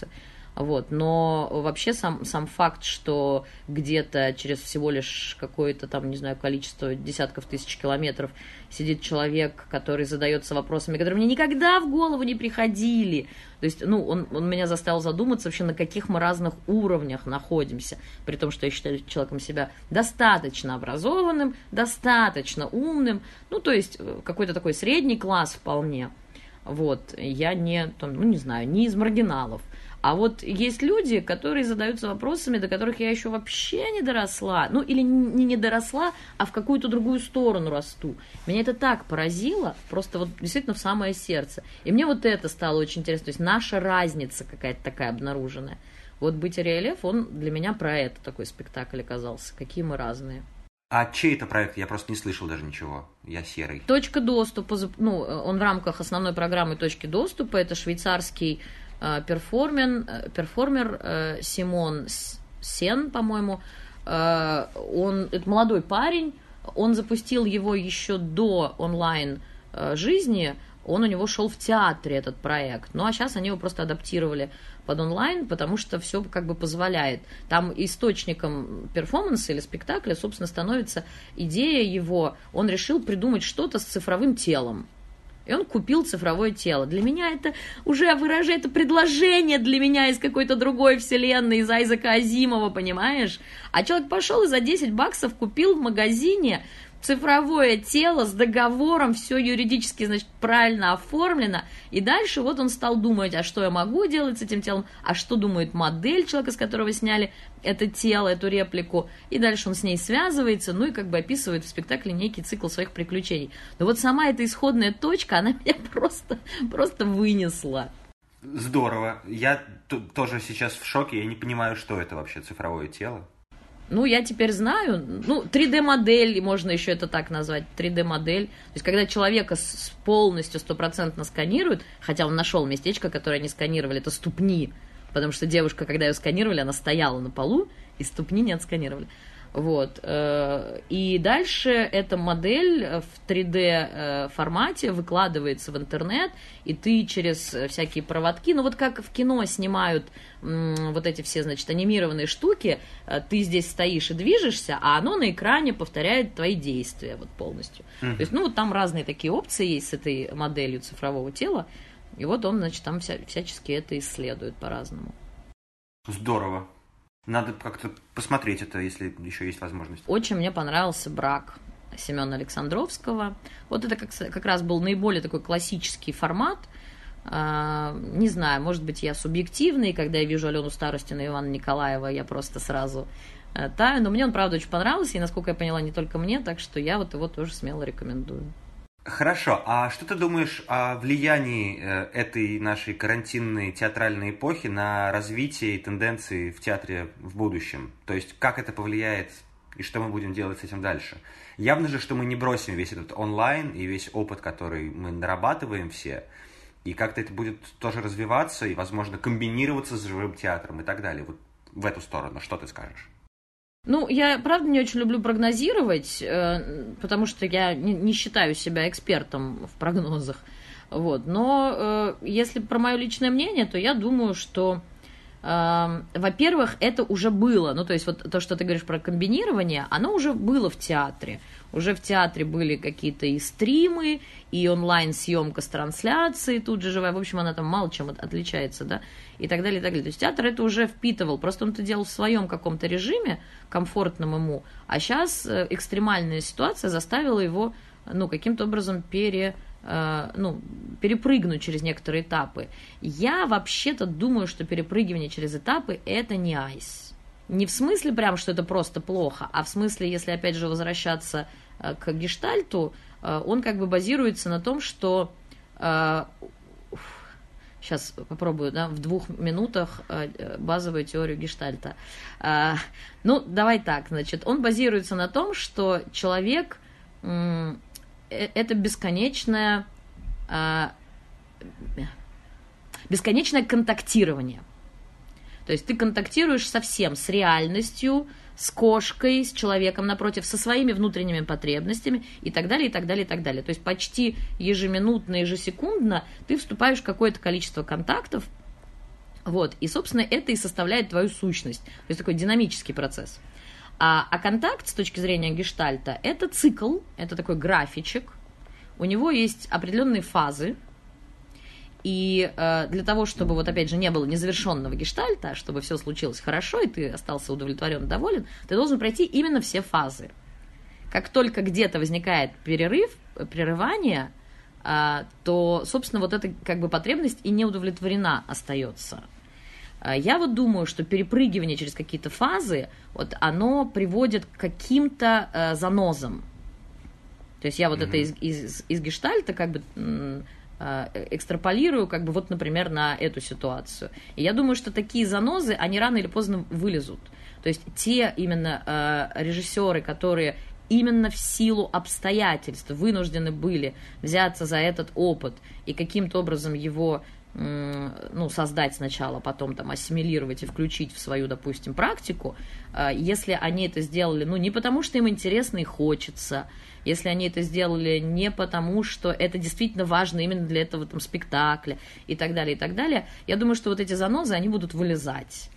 Вот. Но вообще сам факт, что где-то через всего лишь какое-то там, не знаю, количество десятков тысяч километров сидит человек, который задается вопросами, которые мне никогда в голову не приходили. То есть, ну, он меня заставил задуматься вообще, на каких мы разных уровнях находимся. При том, что я считаю человеком себя достаточно образованным, достаточно умным. Ну, то есть, какой-то такой средний класс вполне. Вот. Я не, там, ну, не знаю, не из маргиналов. А вот есть люди, которые задаются вопросами, до которых я еще вообще не доросла. Ну, или не доросла, а в какую-то другую сторону расту. Меня это так поразило, просто вот действительно в самое сердце. И мне вот это стало очень интересно. То есть наша разница какая-то такая обнаруженная. Вот «Быть Ариэль Ф», он для меня про это такой спектакль оказался. Какие мы разные.
А чей это проект? Я просто не слышал даже ничего. Я серый.
«Точка доступа», ну, он в рамках основной программы «Точки доступа». Это швейцарский перформер Симон Сен, по-моему. Это молодой парень. Он запустил его еще до онлайн жизни. У него шел в театре, этот проект. Ну, а сейчас они его просто адаптировали под онлайн, потому что все как бы позволяет. Там источником перформанса или спектакля, собственно, становится идея его. Он решил придумать что-то с цифровым телом. И он купил цифровое тело. Для меня это уже выражает, это предложение для меня из какой-то другой вселенной, из Айзека Азимова, понимаешь? А человек пошел и за $10 купил в магазине цифровое тело с договором, все юридически, значит, правильно оформлено. И дальше вот он стал думать, а что я могу делать с этим телом, а что думает модель человека, с которого сняли это тело, эту реплику. И дальше он с ней связывается, ну и как бы описывает в спектакле некий цикл своих приключений. Но вот сама эта исходная точка, она меня просто вынесла.
Здорово. Я тоже сейчас в шоке, я не понимаю, что это вообще цифровое тело.
Ну, я теперь знаю, 3D-модель, можно еще это так назвать, 3D-модель. То есть, когда человека полностью, стопроцентно сканируют, хотя он нашел местечко, которое они сканировали, это ступни, потому что девушка, когда ее сканировали, она стояла на полу, и ступни не отсканировали. Вот. И дальше эта модель в 3D формате выкладывается в интернет, и ты через всякие проводки, ну вот как в кино снимают вот эти все, значит, анимированные штуки, ты здесь стоишь и движешься, а оно на экране повторяет твои действия вот полностью. То есть, ну вот там разные такие опции есть с этой моделью цифрового тела, и вот он, значит, там всячески это исследует по-разному.
Здорово. Надо как-то посмотреть это, если еще есть возможность.
Очень мне понравился «Брак» Семена Александровского. Вот это как раз был наиболее такой классический формат. Не знаю, может быть, я субъективный, когда я вижу Алену Старостину и Ивана Николаева, я просто сразу таю. Но мне он, правда, очень понравился, и, насколько я поняла, не только мне, так что я вот его тоже смело рекомендую.
Хорошо, а что ты думаешь о влиянии этой нашей карантинной театральной эпохи на развитие и тенденции в театре в будущем? То есть, как это повлияет и что мы будем делать с этим дальше? Явно же, что мы не бросим весь этот онлайн и весь опыт, который мы нарабатываем все, и как-то это будет тоже развиваться и, возможно, комбинироваться с живым театром и так далее. Вот в эту сторону что ты скажешь?
Ну, я, правда, не очень люблю прогнозировать, потому что я не считаю себя экспертом в прогнозах. Вот. Но если про мое личное мнение, то я думаю, что, во-первых, это уже было. Ну, то есть вот то, что ты говоришь про комбинирование, оно уже было в театре. Уже в театре были какие-то и стримы, и онлайн-съемка с трансляцией тут же живая. В общем, она там мало чем отличается, да, и так далее, и так далее. То есть театр это уже впитывал, просто он это делал в своем каком-то режиме, комфортном ему, а сейчас экстремальная ситуация заставила его, ну, каким-то образом перепрыгнуть через некоторые этапы. Я вообще-то думаю, что перепрыгивание через этапы – это не айс. Не в смысле прям, что это просто плохо, а в смысле, если опять же возвращаться к гештальту, он как бы базируется на том, что... Сейчас попробую, да, в 2 минутах базовую теорию гештальта. Ну, давай так, значит, он базируется на том, что человек – это бесконечное контактирование. То есть ты контактируешь со всем, с реальностью, с кошкой, с человеком напротив, со своими внутренними потребностями и так далее, и так далее, и так далее. То есть почти ежеминутно, ежесекундно ты вступаешь в какое-то количество контактов, Вот, и, собственно, это и составляет твою сущность. То есть такой динамический процесс. А контакт с точки зрения гештальта – это цикл, это такой графичек. У него есть определенные фазы. И для того, чтобы, вот опять же, не было незавершенного гештальта, чтобы все случилось хорошо, и ты остался удовлетворен, доволен, ты должен пройти именно все фазы. Как только где-то возникает прерывание, то, собственно, вот эта как бы потребность и не удовлетворена остается. Я вот думаю, что перепрыгивание через какие-то фазы, вот оно приводит к каким-то занозам. То есть я вот это из гештальта как бы экстраполирую, как бы вот, например, на эту ситуацию. И я думаю, что такие занозы, они рано или поздно вылезут. То есть те именно режиссеры, которые именно в силу обстоятельств вынуждены были взяться за этот опыт и каким-то образом его создать сначала, потом там ассимилировать и включить в свою, допустим, практику, если они это сделали, не потому что им интересно и хочется, если они это сделали не потому, что это действительно важно именно для этого там спектакля и так далее, я думаю, что вот эти занозы, они будут вылезать.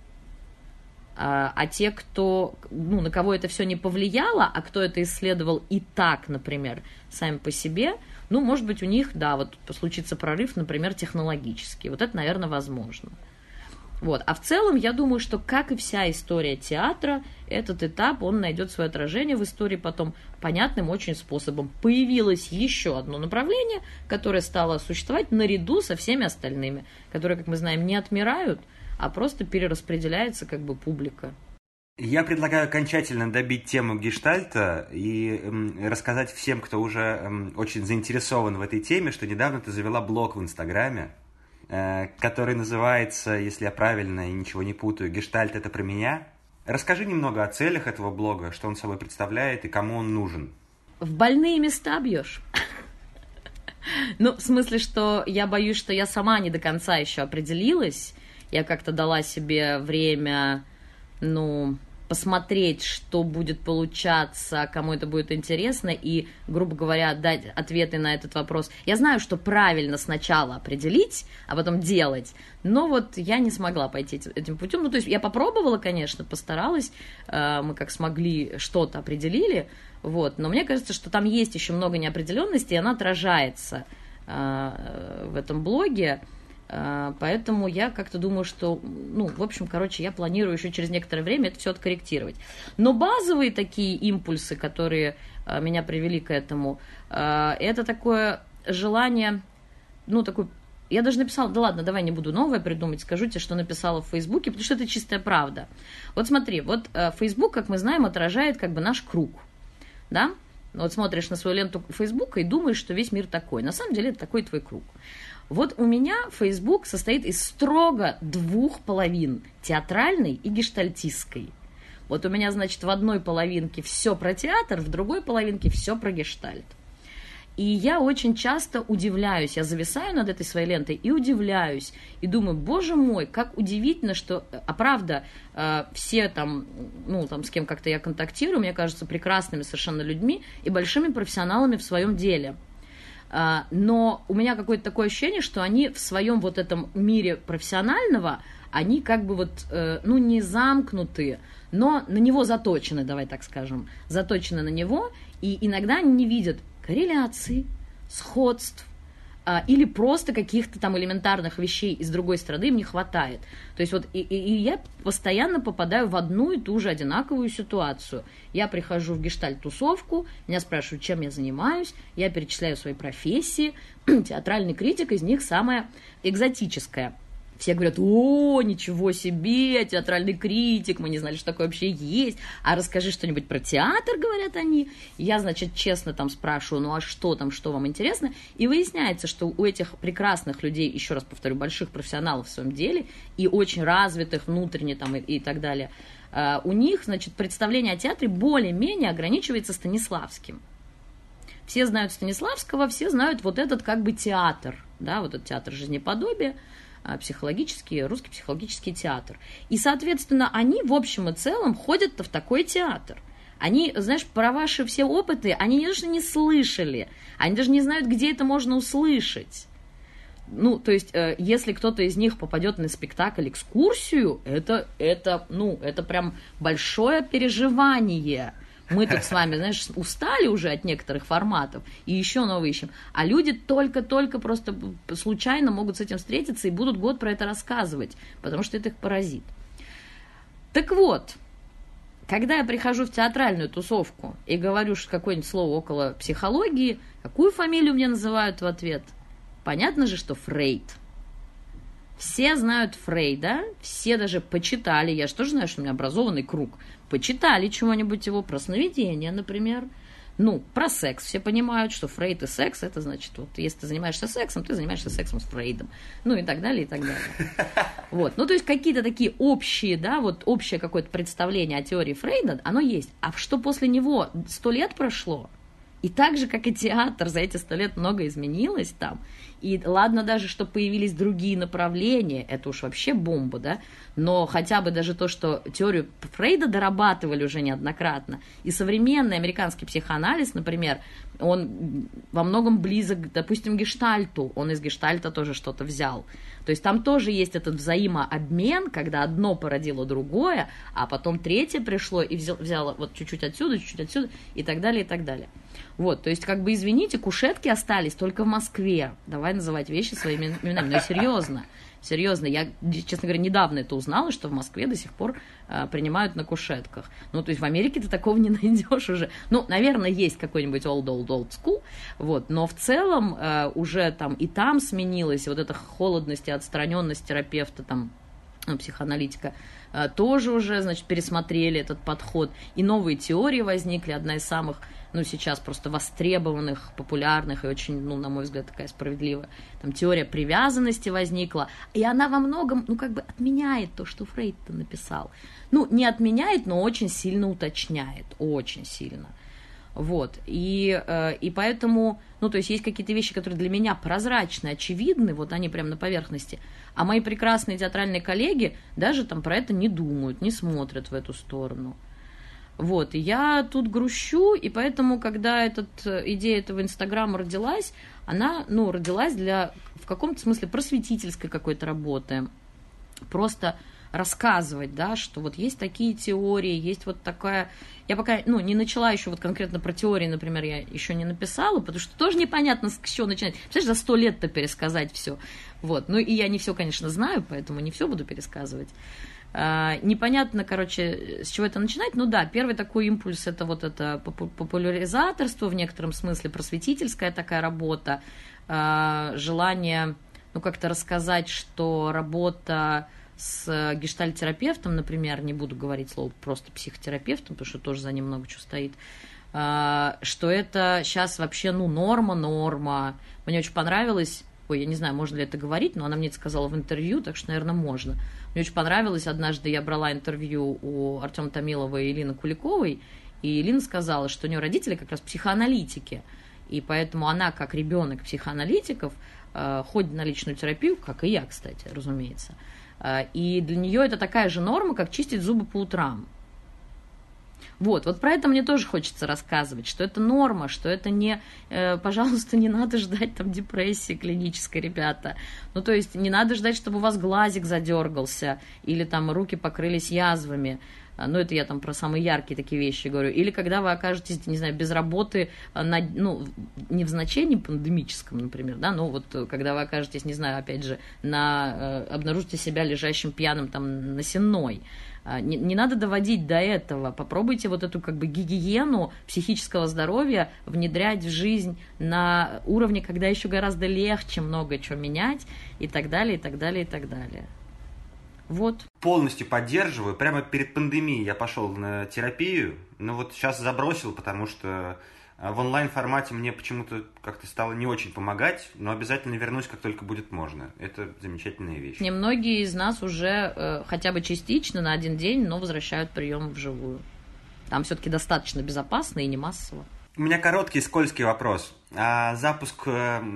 А те, кто, на кого это все не повлияло, а кто это исследовал и так, например, сами по себе, может быть, у них, да, вот случится прорыв, например, технологический. Вот это, наверное, возможно. Вот. А в целом, я думаю, что, как и вся история театра, этот этап, он найдет свое отражение в истории потом понятным очень способом. Появилось еще одно направление, которое стало существовать наряду со всеми остальными, которые, как мы знаем, не отмирают, а просто перераспределяется как бы публика.
Я предлагаю окончательно добить тему гештальта и рассказать всем, кто уже очень заинтересован в этой теме, что недавно ты завела блог в Инстаграме, который называется, если я правильно и ничего не путаю, «Гештальт – это про меня». Расскажи немного о целях этого блога, что он собой представляет и кому он нужен.
В больные места бьешь? В смысле, что я боюсь, что я сама не до конца еще определилась. Я как-то дала себе время, посмотреть, что будет получаться, кому это будет интересно, и, грубо говоря, дать ответы на этот вопрос. Я знаю, что правильно сначала определить, а потом делать, но вот я не смогла пойти этим путем. То есть я попробовала, конечно, постаралась, мы как смогли что-то определили, но мне кажется, что там есть еще много неопределенности, и она отражается в этом блоге. Поэтому я как-то думаю, что, я планирую еще через некоторое время это все откорректировать. Но базовые такие импульсы, которые меня привели к этому, это такое желание, я даже написала, да ладно, давай не буду новое придумать, скажу тебе, что написала в Фейсбуке, потому что это чистая правда. Вот смотри, Фейсбук, как мы знаем, отражает как бы наш круг, да? Вот смотришь на свою ленту Фейсбука и думаешь, что весь мир такой. На самом деле это такой твой круг. Вот у меня Facebook состоит из строго двух половин, театральной и гештальтистской. Вот у меня, значит, в одной половинке все про театр, в другой половинке все про гештальт. И я очень часто удивляюсь, я зависаю над этой своей лентой и удивляюсь, и думаю, боже мой, как удивительно, что, правда, все там, с кем как-то я контактирую, мне кажутся прекрасными совершенно людьми и большими профессионалами в своем деле. Но у меня какое-то такое ощущение, что они в своем вот этом мире профессионального, они как бы не замкнуты, но на него заточены, давай так скажем, заточены на него, и иногда они не видят корреляций, сходств, или просто каких-то там элементарных вещей из другой страны им не хватает. То есть и я постоянно попадаю в одну и ту же одинаковую ситуацию. Я прихожу в гештальт-тусовку, меня спрашивают, чем я занимаюсь, я перечисляю свои профессии, театральный критик из них самая экзотическая. Все говорят, о, ничего себе, театральный критик, мы не знали, что такое вообще есть, а расскажи что-нибудь про театр, говорят они. Я, значит, честно там спрашиваю, а что там, что вам интересно, и выясняется, что у этих прекрасных людей, еще раз повторю, больших профессионалов в своем деле, и очень развитых внутренне там и так далее, у них, значит, представление о театре более-менее ограничивается Станиславским. Все знают Станиславского, все знают вот этот как бы театр, да, вот этот театр жизнеподобия, психологический, русский психологический театр. И, соответственно, они в общем и целом ходят-то в такой театр. Они, знаешь, про ваши все опыты, они даже не слышали, они даже не знают, где это можно услышать. Ну, то есть, если кто-то из них попадет на спектакль, экскурсию, это прям большое переживание. Мы тут с вами, знаешь, устали уже от некоторых форматов и еще новые ищем. А люди только-только просто случайно могут с этим встретиться и будут год про это рассказывать, потому что это их поразит. Так вот, когда я прихожу в театральную тусовку и говорю какое-нибудь слово около психологии, какую фамилию мне называют в ответ? Понятно же, что Фрейд. Все знают Фрейда, все даже почитали, я же тоже знаю, что у меня образованный круг, почитали чего-нибудь его, про сновидения, например. Ну, про секс все понимают, что Фрейд и секс, это значит, вот если ты занимаешься сексом, ты занимаешься сексом с Фрейдом. Ну и так далее, и так далее. Вот, ну то есть какие-то такие общие, да, вот общее какое-то представление о теории Фрейда, оно есть. А что после него 100 лет прошло, и так же, как и театр, за эти 100 лет много изменилось там. И ладно даже, что появились другие направления, это уж вообще бомба, да, но хотя бы даже то, что теорию Фрейда дорабатывали уже неоднократно, и современный американский психоанализ, например, он во многом близок, допустим, гештальту, он из гештальта тоже что-то взял. То есть там тоже есть этот взаимообмен, когда одно породило другое, а потом третье пришло и взяло вот чуть-чуть отсюда, и так далее, и так далее. Вот, то есть, как бы, извините, кушетки остались только в Москве. Давай называть вещи своими именами. Но серьезно, я, честно говоря, недавно это узнала, что в Москве до сих пор принимают на кушетках. Ну, то есть в Америке ты такого не найдешь уже. Ну, наверное, есть какой-нибудь old school, вот, но в целом уже там и там сменилась вот эта холодность и отстраненность терапевта, там, психоаналитика, тоже уже, значит, пересмотрели этот подход, и новые теории возникли, одна из самых, ну, сейчас просто востребованных, популярных и очень, ну, на мой взгляд, такая справедливая, там, теория привязанности возникла, и она во многом, ну, как бы отменяет то, что Фрейд-то написал. Ну, не отменяет, но очень сильно уточняет, очень сильно. Вот, и поэтому, ну, то есть есть какие-то вещи, которые для меня прозрачны, очевидны, вот они прям на поверхности, а мои прекрасные театральные коллеги даже там про это не думают, не смотрят в эту сторону. Вот, и я тут грущу, и поэтому, когда идея этого Инстаграма родилась, она, ну, родилась для, в каком-то смысле, просветительской какой-то работы, просто рассказывать, да, что вот есть такие теории, есть вот такая... Я пока, ну, не начала еще вот конкретно про теории, например, я еще не написала, потому что тоже непонятно, с чего начинать. Представляешь, за 100 лет-то пересказать все. Вот, ну, и я не все, конечно, знаю, поэтому не все буду пересказывать. Непонятно, короче, с чего это начинать. Ну да, первый такой импульс – это вот это популяризаторство, в некотором смысле просветительская такая работа, желание, ну, как-то рассказать, что работа с гештальт-терапевтом, например, не буду говорить слово просто психотерапевтом, потому что тоже за ним много чего стоит, что это сейчас вообще, ну, норма. Мне очень понравилось, ой, я не знаю, можно ли это говорить, но она мне это сказала в интервью, так что, наверное, можно. Мне очень понравилось, однажды я брала интервью у Артема Томилова и Элины Куликовой, и Элина сказала, что у нее родители как раз психоаналитики, и поэтому она, как ребенок психоаналитиков, ходит на личную терапию, как и я, кстати, разумеется. И для нее это такая же норма, как чистить зубы по утрам. Вот про это мне тоже хочется рассказывать, что это норма, что это не, пожалуйста, не надо ждать там депрессии клинической, ребята. Ну, то есть не надо ждать, чтобы у вас глазик задергался или там руки покрылись язвами. Ну, это я там про самые яркие такие вещи говорю. Или когда вы окажетесь, не знаю, без работы, ну, не в значении пандемическом, например, да, но вот когда вы окажетесь, не знаю, опять же, обнаружите себя лежащим пьяным там на Сенной. Не надо доводить до этого. Попробуйте вот эту как бы гигиену психического здоровья внедрять в жизнь на уровне, когда еще гораздо легче много чего менять и так далее, и так далее, и так далее. Вот.
Полностью поддерживаю. Прямо перед пандемией я пошел на терапию, но вот сейчас забросил, потому что в онлайн-формате мне почему-то как-то стало не очень помогать, но обязательно вернусь, как только будет можно. Это замечательная вещь.
Немногие из нас уже хотя бы частично на один день, но возвращают прием вживую. Там все-таки достаточно безопасно и не массово.
У меня короткий скользкий вопрос. Запуск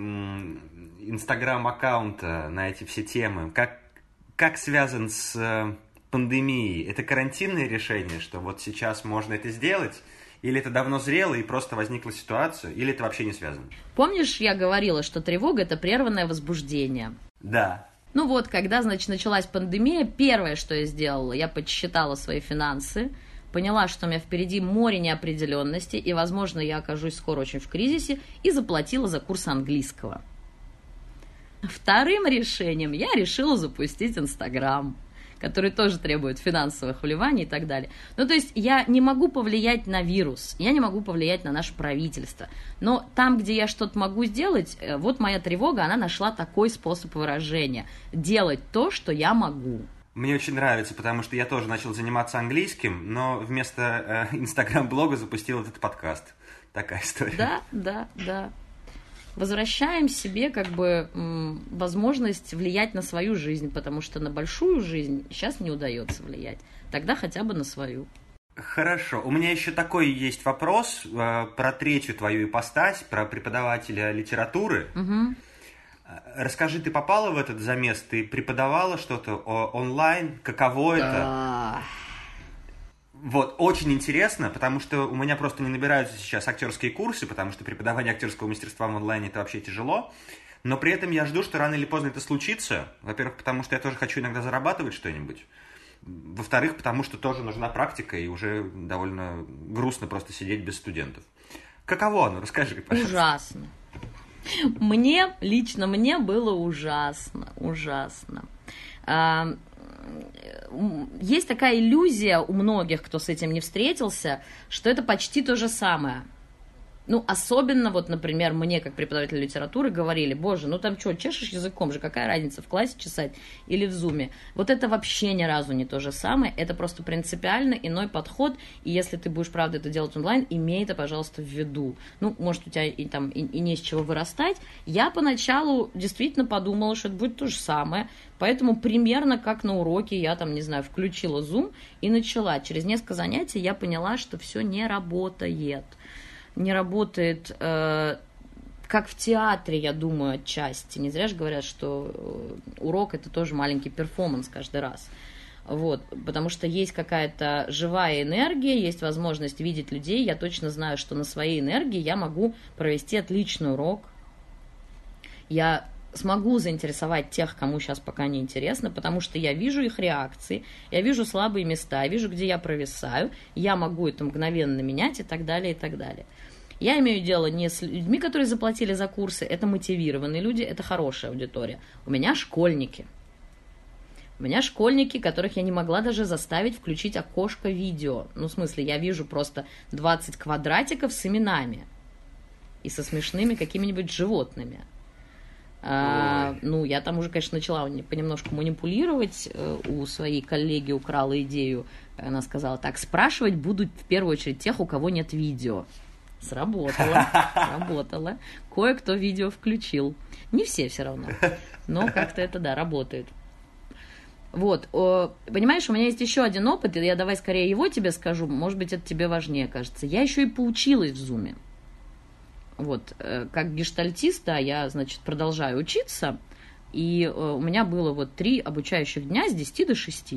Инстаграм-аккаунта на эти все темы, как связан с пандемией? Это карантинное решение, что вот сейчас можно это сделать? Или это давно зрело и просто возникла ситуация, или это вообще не связано?
Помнишь, я говорила, что тревога – это прерванное возбуждение?
Да.
Ну вот, когда, значит, началась пандемия, первое, что я сделала, я подсчитала свои финансы, поняла, что у меня впереди море неопределенности, и, возможно, я окажусь скоро очень в кризисе, и заплатила за курс английского. Вторым решением я решила запустить Инстаграм, который тоже требует финансовых вливаний и так далее. Ну, то есть я не могу повлиять на вирус, я не могу повлиять на наше правительство, но там, где я что-то могу сделать, вот моя тревога, она нашла такой способ выражения – делать то, что я могу.
Мне очень нравится, потому что я тоже начал заниматься английским, но вместо Инстаграм-блога запустил этот подкаст. Такая история.
Да. Возвращаем себе как бы возможность влиять на свою жизнь, потому что на большую жизнь сейчас не удается влиять. Тогда хотя бы на свою.
Хорошо. У меня еще такой есть вопрос про третью твою ипостась, про преподавателя литературы.
Угу.
Расскажи, ты попала в этот замес? Ты преподавала что-то онлайн? Каково это? Вот, очень интересно, потому что у меня просто не набираются сейчас актерские курсы, потому что преподавание актерского мастерства в онлайне – это вообще тяжело. Но при этом я жду, что рано или поздно это случится. Во-первых, потому что я тоже хочу иногда зарабатывать что-нибудь. Во-вторых, потому что тоже нужна практика, и уже довольно грустно просто сидеть без студентов. Каково оно? Расскажи, пожалуйста.
Ужасно. Лично мне было ужасно. Есть такая иллюзия у многих, кто с этим не встретился, что это почти то же самое. Ну, особенно, вот, например, мне, как преподавателю литературы, говорили: боже, ну там что, чешешь языком же, какая разница, в классе чесать или в зуме? Вот это вообще ни разу не то же самое, это просто принципиально иной подход, и если ты будешь, правда, это делать онлайн, имей это, пожалуйста, в виду. Ну, может, у тебя и не с чего вырастать. Я поначалу действительно подумала, что это будет то же самое, поэтому примерно как на уроке я там, не знаю, включила Zoom и начала. Через несколько занятий я поняла, что все не работает. Не работает, как в театре, я думаю, отчасти. Не зря же говорят, что урок – это тоже маленький перформанс каждый раз. Вот, потому что есть какая-то живая энергия, есть возможность видеть людей. Я точно знаю, что на своей энергии я могу провести отличный урок. Я смогу заинтересовать тех, кому сейчас пока не интересно, потому что я вижу их реакции, я вижу слабые места, я вижу, где я провисаю, я могу это мгновенно менять и так далее, и так далее. Я имею дело не с людьми, которые заплатили за курсы, это мотивированные люди, это хорошая аудитория. У меня школьники. У меня школьники, которых я не могла даже заставить включить окошко видео. Ну, в смысле, я вижу просто 20 квадратиков с именами и со смешными какими-нибудь животными. Ну, я там уже, конечно, начала понемножку манипулировать. У своей коллеги украла идею. Она сказала: так, спрашивать будут в первую очередь тех, у кого нет видео. Сработало. Кое-кто видео включил. Не все равно. Но как-то это, да, работает. Вот, понимаешь, у меня есть еще один опыт, и я давай скорее его тебе скажу, может быть, это тебе важнее кажется. Я еще и поучилась в Зуме. Вот, как гештальтист, да, я, значит, продолжаю учиться, и у меня было вот 3 обучающих дня с 10 до 6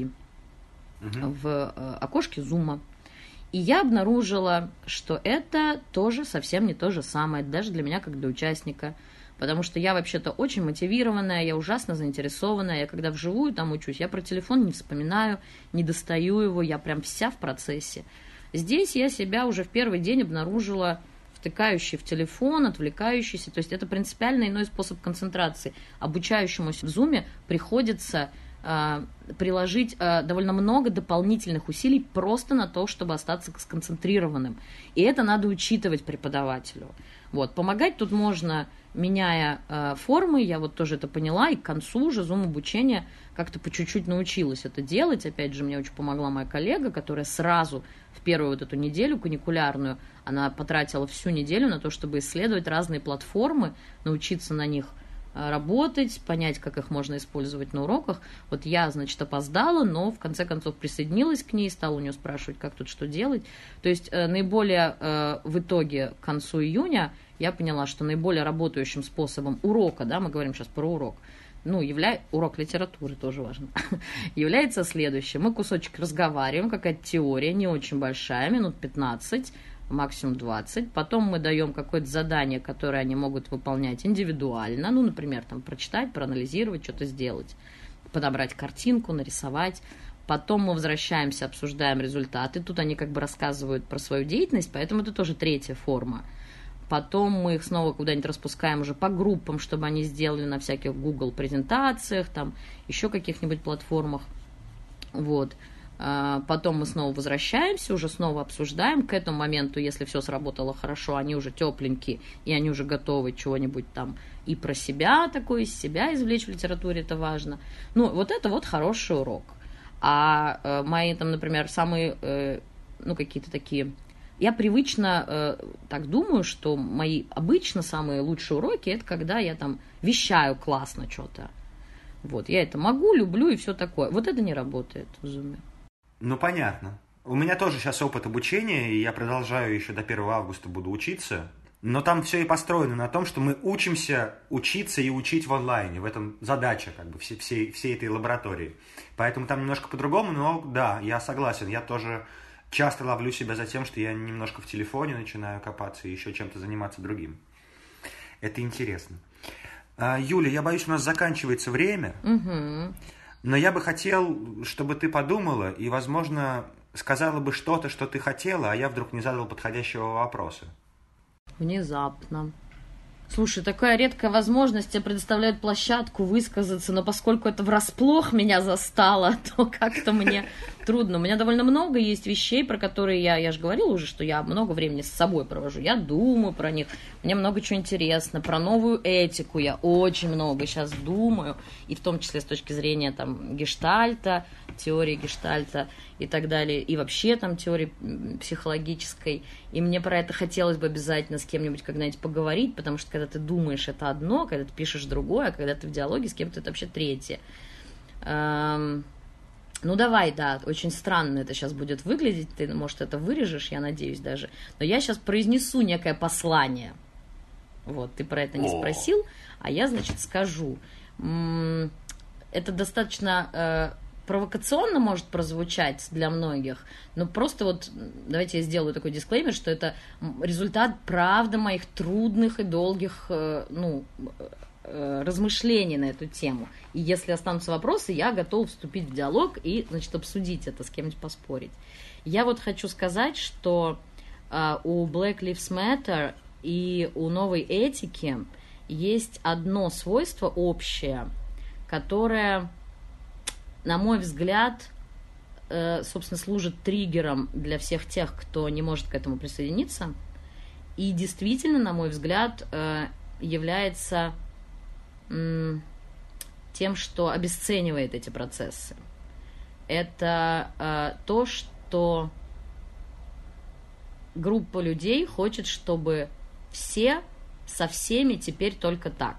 в окошке Зума. И я обнаружила, что это тоже совсем не то же самое, даже для меня, как для участника. Потому что я вообще-то очень мотивированная, я ужасно заинтересованная. Я когда вживую там учусь, я про телефон не вспоминаю, не достаю его, я прям вся в процессе. Здесь я себя уже в первый день обнаружила втыкающей в телефон, отвлекающейся. То есть это принципиально иной способ концентрации. Обучающемуся в Зуме приходится приложить довольно много дополнительных усилий просто на то, чтобы остаться сконцентрированным. И это надо учитывать преподавателю. Вот. Помогать тут можно, меняя формы, я вот тоже это поняла, и к концу уже Zoom-обучения как-то по чуть-чуть научилась это делать. Опять же, мне очень помогла моя коллега, которая сразу в первую вот эту неделю каникулярную, она потратила всю неделю на то, чтобы исследовать разные платформы, научиться на них работать, понять, как их можно использовать на уроках. Вот я, значит, опоздала, но в конце концов присоединилась к ней, стала у нее спрашивать, как тут что делать. То есть наиболее в итоге к концу июня я поняла, что наиболее работающим способом урока, да, мы говорим сейчас про урок, ну, урок литературы тоже важно, является следующее. Мы кусочек разговариваем, какая-то теория, не очень большая, минут 15, максимум 20. Потом мы даем какое-то задание, которое они могут выполнять индивидуально. Ну, например, там, прочитать, проанализировать, что-то сделать. Подобрать картинку, нарисовать. Потом мы возвращаемся, обсуждаем результаты. Тут они как бы рассказывают про свою деятельность, поэтому это тоже третья форма. Потом мы их снова куда-нибудь распускаем уже по группам, чтобы они сделали на всяких Google презентациях, там еще каких-нибудь платформах. Вот. Потом мы снова возвращаемся, уже снова обсуждаем. К этому моменту, если все сработало хорошо, они уже тепленькие, и они уже готовы чего-нибудь там и про себя, такое из себя извлечь в литературе, это важно. Ну, вот это вот хороший урок. А мои там, например, самые, ну, какие-то такие... Я привычно так думаю, что мои обычно самые лучшие уроки, это когда я там вещаю классно что-то. Вот, я это могу, люблю и все такое. Вот это не работает в Zoom.
Ну, понятно. У меня тоже сейчас опыт обучения, и я продолжаю еще до 1 августа буду учиться. Но там все и построено на том, что мы учимся учиться и учить в онлайне. В этом задача как бы всей этой лаборатории. Поэтому там немножко по-другому, но да, я согласен. Я тоже часто ловлю себя за тем, что я немножко в телефоне начинаю копаться и еще чем-то заниматься другим. Это интересно. Юля, я боюсь, у нас заканчивается время.
Угу.
Но я бы хотел, чтобы ты подумала и, возможно, сказала бы что-то, что ты хотела, а я вдруг не задал подходящего вопроса.
Внезапно. Слушай, такая редкая возможность, тебе предоставляют площадку высказаться, но поскольку это врасплох меня застало, то как-то мне трудно. У меня довольно много есть вещей, про которые я же говорила уже, что я много времени с собой провожу. Я думаю про них, мне много чего интересно. Про новую этику я очень много сейчас думаю, и в том числе с точки зрения там гештальта, теории гештальта и так далее, и вообще там теории психологической. И мне про это хотелось бы обязательно с кем-нибудь когда-нибудь поговорить, потому что когда ты думаешь, это одно, когда ты пишешь другое, а когда ты в диалоге с кем-то, это вообще третье. Ну, давай, да, очень странно это сейчас будет выглядеть, ты, может, это вырежешь, я надеюсь даже, но я сейчас произнесу некое послание. Вот, ты про это не спросил, а я, значит, скажу. Это достаточно провокационно может прозвучать для многих, но просто вот давайте я сделаю такой дисклеймер, что это результат, правда, моих трудных и долгих, размышлений на эту тему. И если останутся вопросы, я готова вступить в диалог и, значит, обсудить это, с кем-нибудь поспорить. Я вот хочу сказать, что у Black Lives Matter и у новой этики есть одно свойство общее, которое, на мой взгляд, собственно, служит триггером для всех тех, кто не может к этому присоединиться. И действительно, на мой взгляд, является тем, что обесценивает эти процессы. Это то, что группа людей хочет, чтобы все со всеми теперь только так.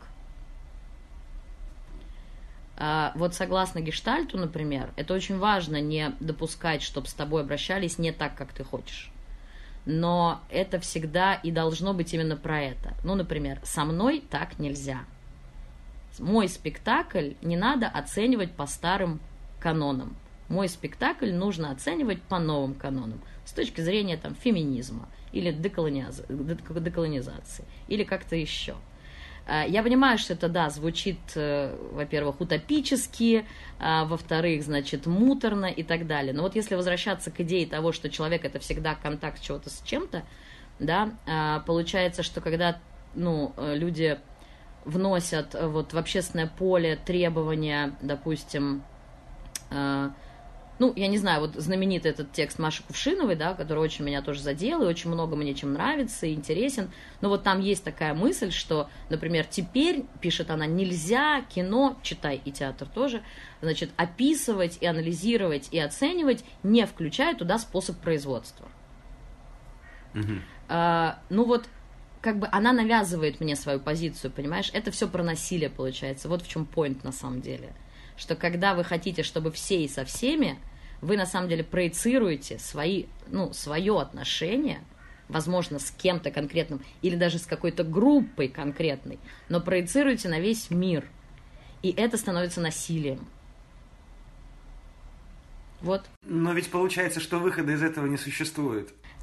Вот согласно Гештальту, например, это очень важно не допускать, чтобы с тобой обращались не так, как ты хочешь. Но это всегда и должно быть именно про это. Ну, например, со мной так нельзя. Мой спектакль не надо оценивать по старым канонам. Мой спектакль нужно оценивать по новым канонам. С точки зрения там, феминизма или деколонизации, или как-то еще. Я понимаю, что это, да, звучит, во-первых, утопически, во-вторых, значит, муторно и так далее. Но вот если возвращаться к идее того, что человек – это всегда контакт чего-то с чем-то, да, получается, что когда люди вносят вот в общественное поле требования, допустим, я не знаю, вот знаменитый этот текст Маши Кувшиновой, да, который очень меня тоже задел, и очень много мне чем нравится и интересен, но вот там есть такая мысль, что, например, теперь, пишет она, нельзя кино, читай и театр тоже, значит, описывать и анализировать и оценивать, не включая туда способ производства. Как бы она навязывает мне свою позицию, понимаешь? Это все про насилие получается. Вот в чем поинт на самом деле. Что когда вы хотите, чтобы все и со всеми, вы на самом деле проецируете свое отношение, возможно, с кем-то конкретным, или даже с какой-то группой конкретной, но проецируете на весь мир. И это становится насилием. Вот.
Но ведь получается, что выхода из этого не существует.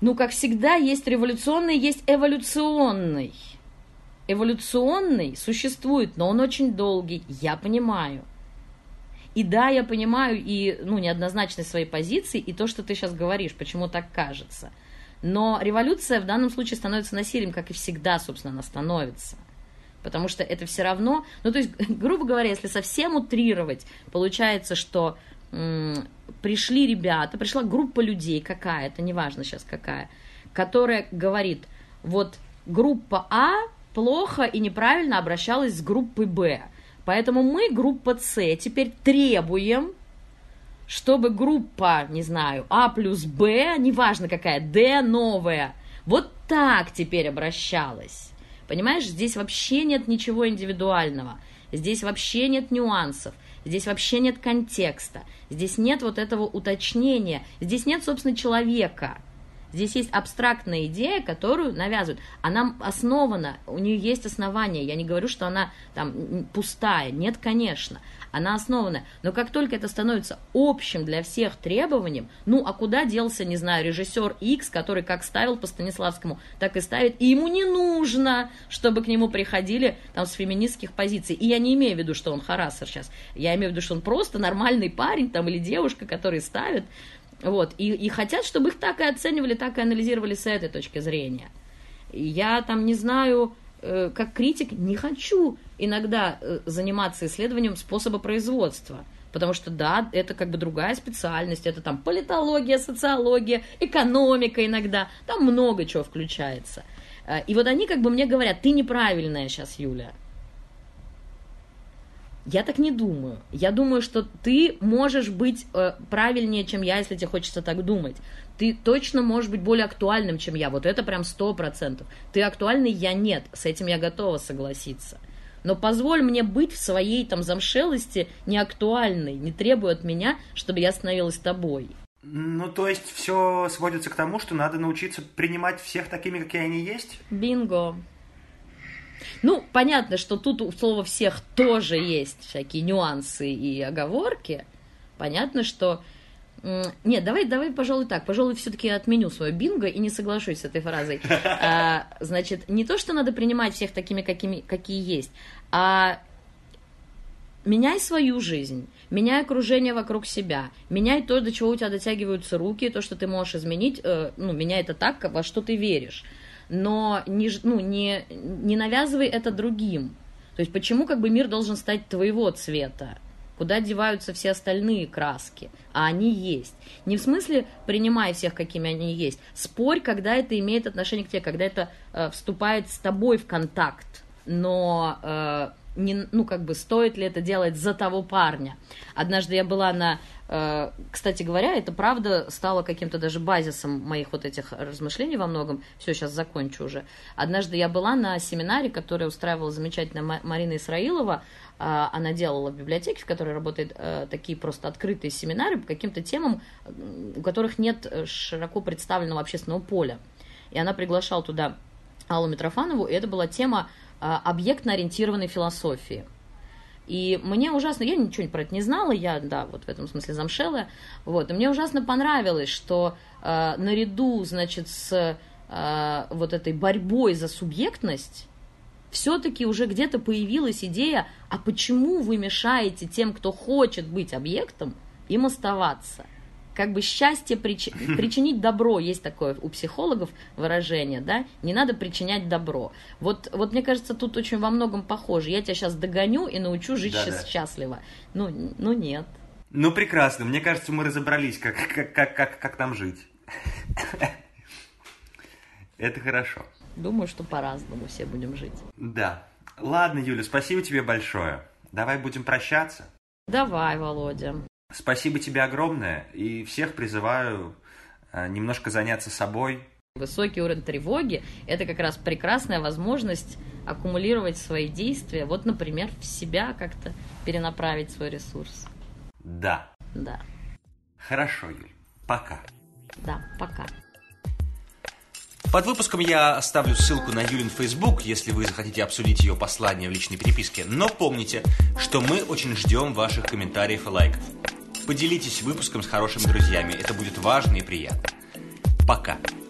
Ну, как всегда, есть революционный, есть эволюционный. Эволюционный существует, но он очень долгий, я понимаю. И да, я понимаю и неоднозначность своей позиции, и то, что ты сейчас говоришь, почему так кажется. Но революция в данном случае становится насилием, как и всегда, собственно, она становится. Потому что это все равно... то есть, грубо говоря, если совсем утрировать, получается, что пришли ребята, пришла группа людей какая-то, неважно сейчас какая, которая говорит, вот группа А плохо и неправильно обращалась с группой Б. Поэтому мы, группа С, теперь требуем, чтобы группа, не знаю, А плюс Б, неважно какая, Д новая, вот так теперь обращалась. Понимаешь, здесь вообще нет ничего индивидуального, здесь вообще нет нюансов, здесь вообще нет контекста, здесь нет вот этого уточнения, здесь нет, собственно, человека. Здесь есть абстрактная идея, которую навязывают. Она основана, у нее есть основания. Я не говорю, что она там пустая. Нет, конечно. Она основана. Но как только это становится общим для всех требованием, а куда делся, не знаю, режиссер X, который как ставил по Станиславскому, так и ставит, и ему не нужно, чтобы к нему приходили там с феминистских позиций. И я не имею в виду, что он харассер сейчас. Я имею в виду, что он просто нормальный парень там, или девушка, который ставит. Вот, и хотят, чтобы их так и оценивали, так и анализировали с этой точки зрения. Я там не знаю, как критик, не хочу иногда заниматься исследованием способа производства. Потому что, да, это как бы другая специальность, это там политология, социология, экономика иногда, там много чего включается. И вот они как бы мне говорят, ты неправильная сейчас, Юля. Я так не думаю. Я думаю, что ты можешь быть правильнее, чем я, если тебе хочется так думать. Ты точно можешь быть более актуальным, чем я. Вот это прям 100%. Ты актуальный, я нет. С этим я готова согласиться. Но позволь мне быть в своей там замшелости неактуальной. Не требуй от меня, чтобы я становилась тобой.
То есть все сводится к тому, что надо научиться принимать всех такими, какие они есть?
Бинго. Понятно, что тут у слова «всех» тоже есть всякие нюансы и оговорки. Понятно, что... Нет, давай, пожалуй, так. Пожалуй, все-таки я отменю свое бинго и не соглашусь с этой фразой. Значит, не то, что надо принимать всех такими, какие есть, а меняй свою жизнь, меняй окружение вокруг себя, меняй то, до чего у тебя дотягиваются руки, то, что ты можешь изменить, меняй это так, во что ты веришь. Но не навязывай это другим. То есть почему как бы мир должен стать твоего цвета? Куда деваются все остальные краски? А они есть. Не в смысле принимай всех, какими они есть. Спорь, когда это имеет отношение к тебе, когда это вступает с тобой в контакт. Но стоит ли это делать за того парня? Однажды я была на... Кстати говоря, это правда стало каким-то даже базисом моих вот этих размышлений во многом. Все, сейчас закончу уже. Однажды я была на семинаре, который устраивала замечательная Марина Исраилова. Она делала в библиотеке, в которой работает, такие просто открытые семинары по каким-то темам, у которых нет широко представленного общественного поля. И она приглашала туда Аллу Митрофанову, и это была тема объектно-ориентированной философии. И мне ужасно, я ничего про это не знала, я, вот в этом смысле замшелая, и мне ужасно понравилось, что наряду, значит, с вот этой борьбой за субъектность, все-таки уже где-то появилась идея, а почему вы мешаете тем, кто хочет быть объектом, им оставаться? Как бы счастье причинить добро, есть такое у психологов выражение, да, не надо причинять добро. Вот мне кажется, тут очень во многом похоже. Я тебя сейчас догоню и научу жить счастливо. Нет.
Прекрасно. Мне кажется, мы разобрались, как нам жить. Это хорошо.
Думаю, что по-разному все будем жить.
Да. Ладно, Юля, спасибо тебе большое. Давай будем прощаться.
Давай, Володя.
Спасибо тебе огромное, и всех призываю немножко заняться собой.
Высокий уровень тревоги – это как раз прекрасная возможность аккумулировать свои действия, например, в себя как-то перенаправить свой ресурс.
Да. Хорошо, Юль, пока.
Да, пока.
Под выпуском я оставлю ссылку на Юлин Facebook, если вы захотите обсудить ее послание в личной переписке. Но помните, что мы очень ждем ваших комментариев и лайков. Поделитесь выпуском с хорошими друзьями, это будет важно и приятно. Пока.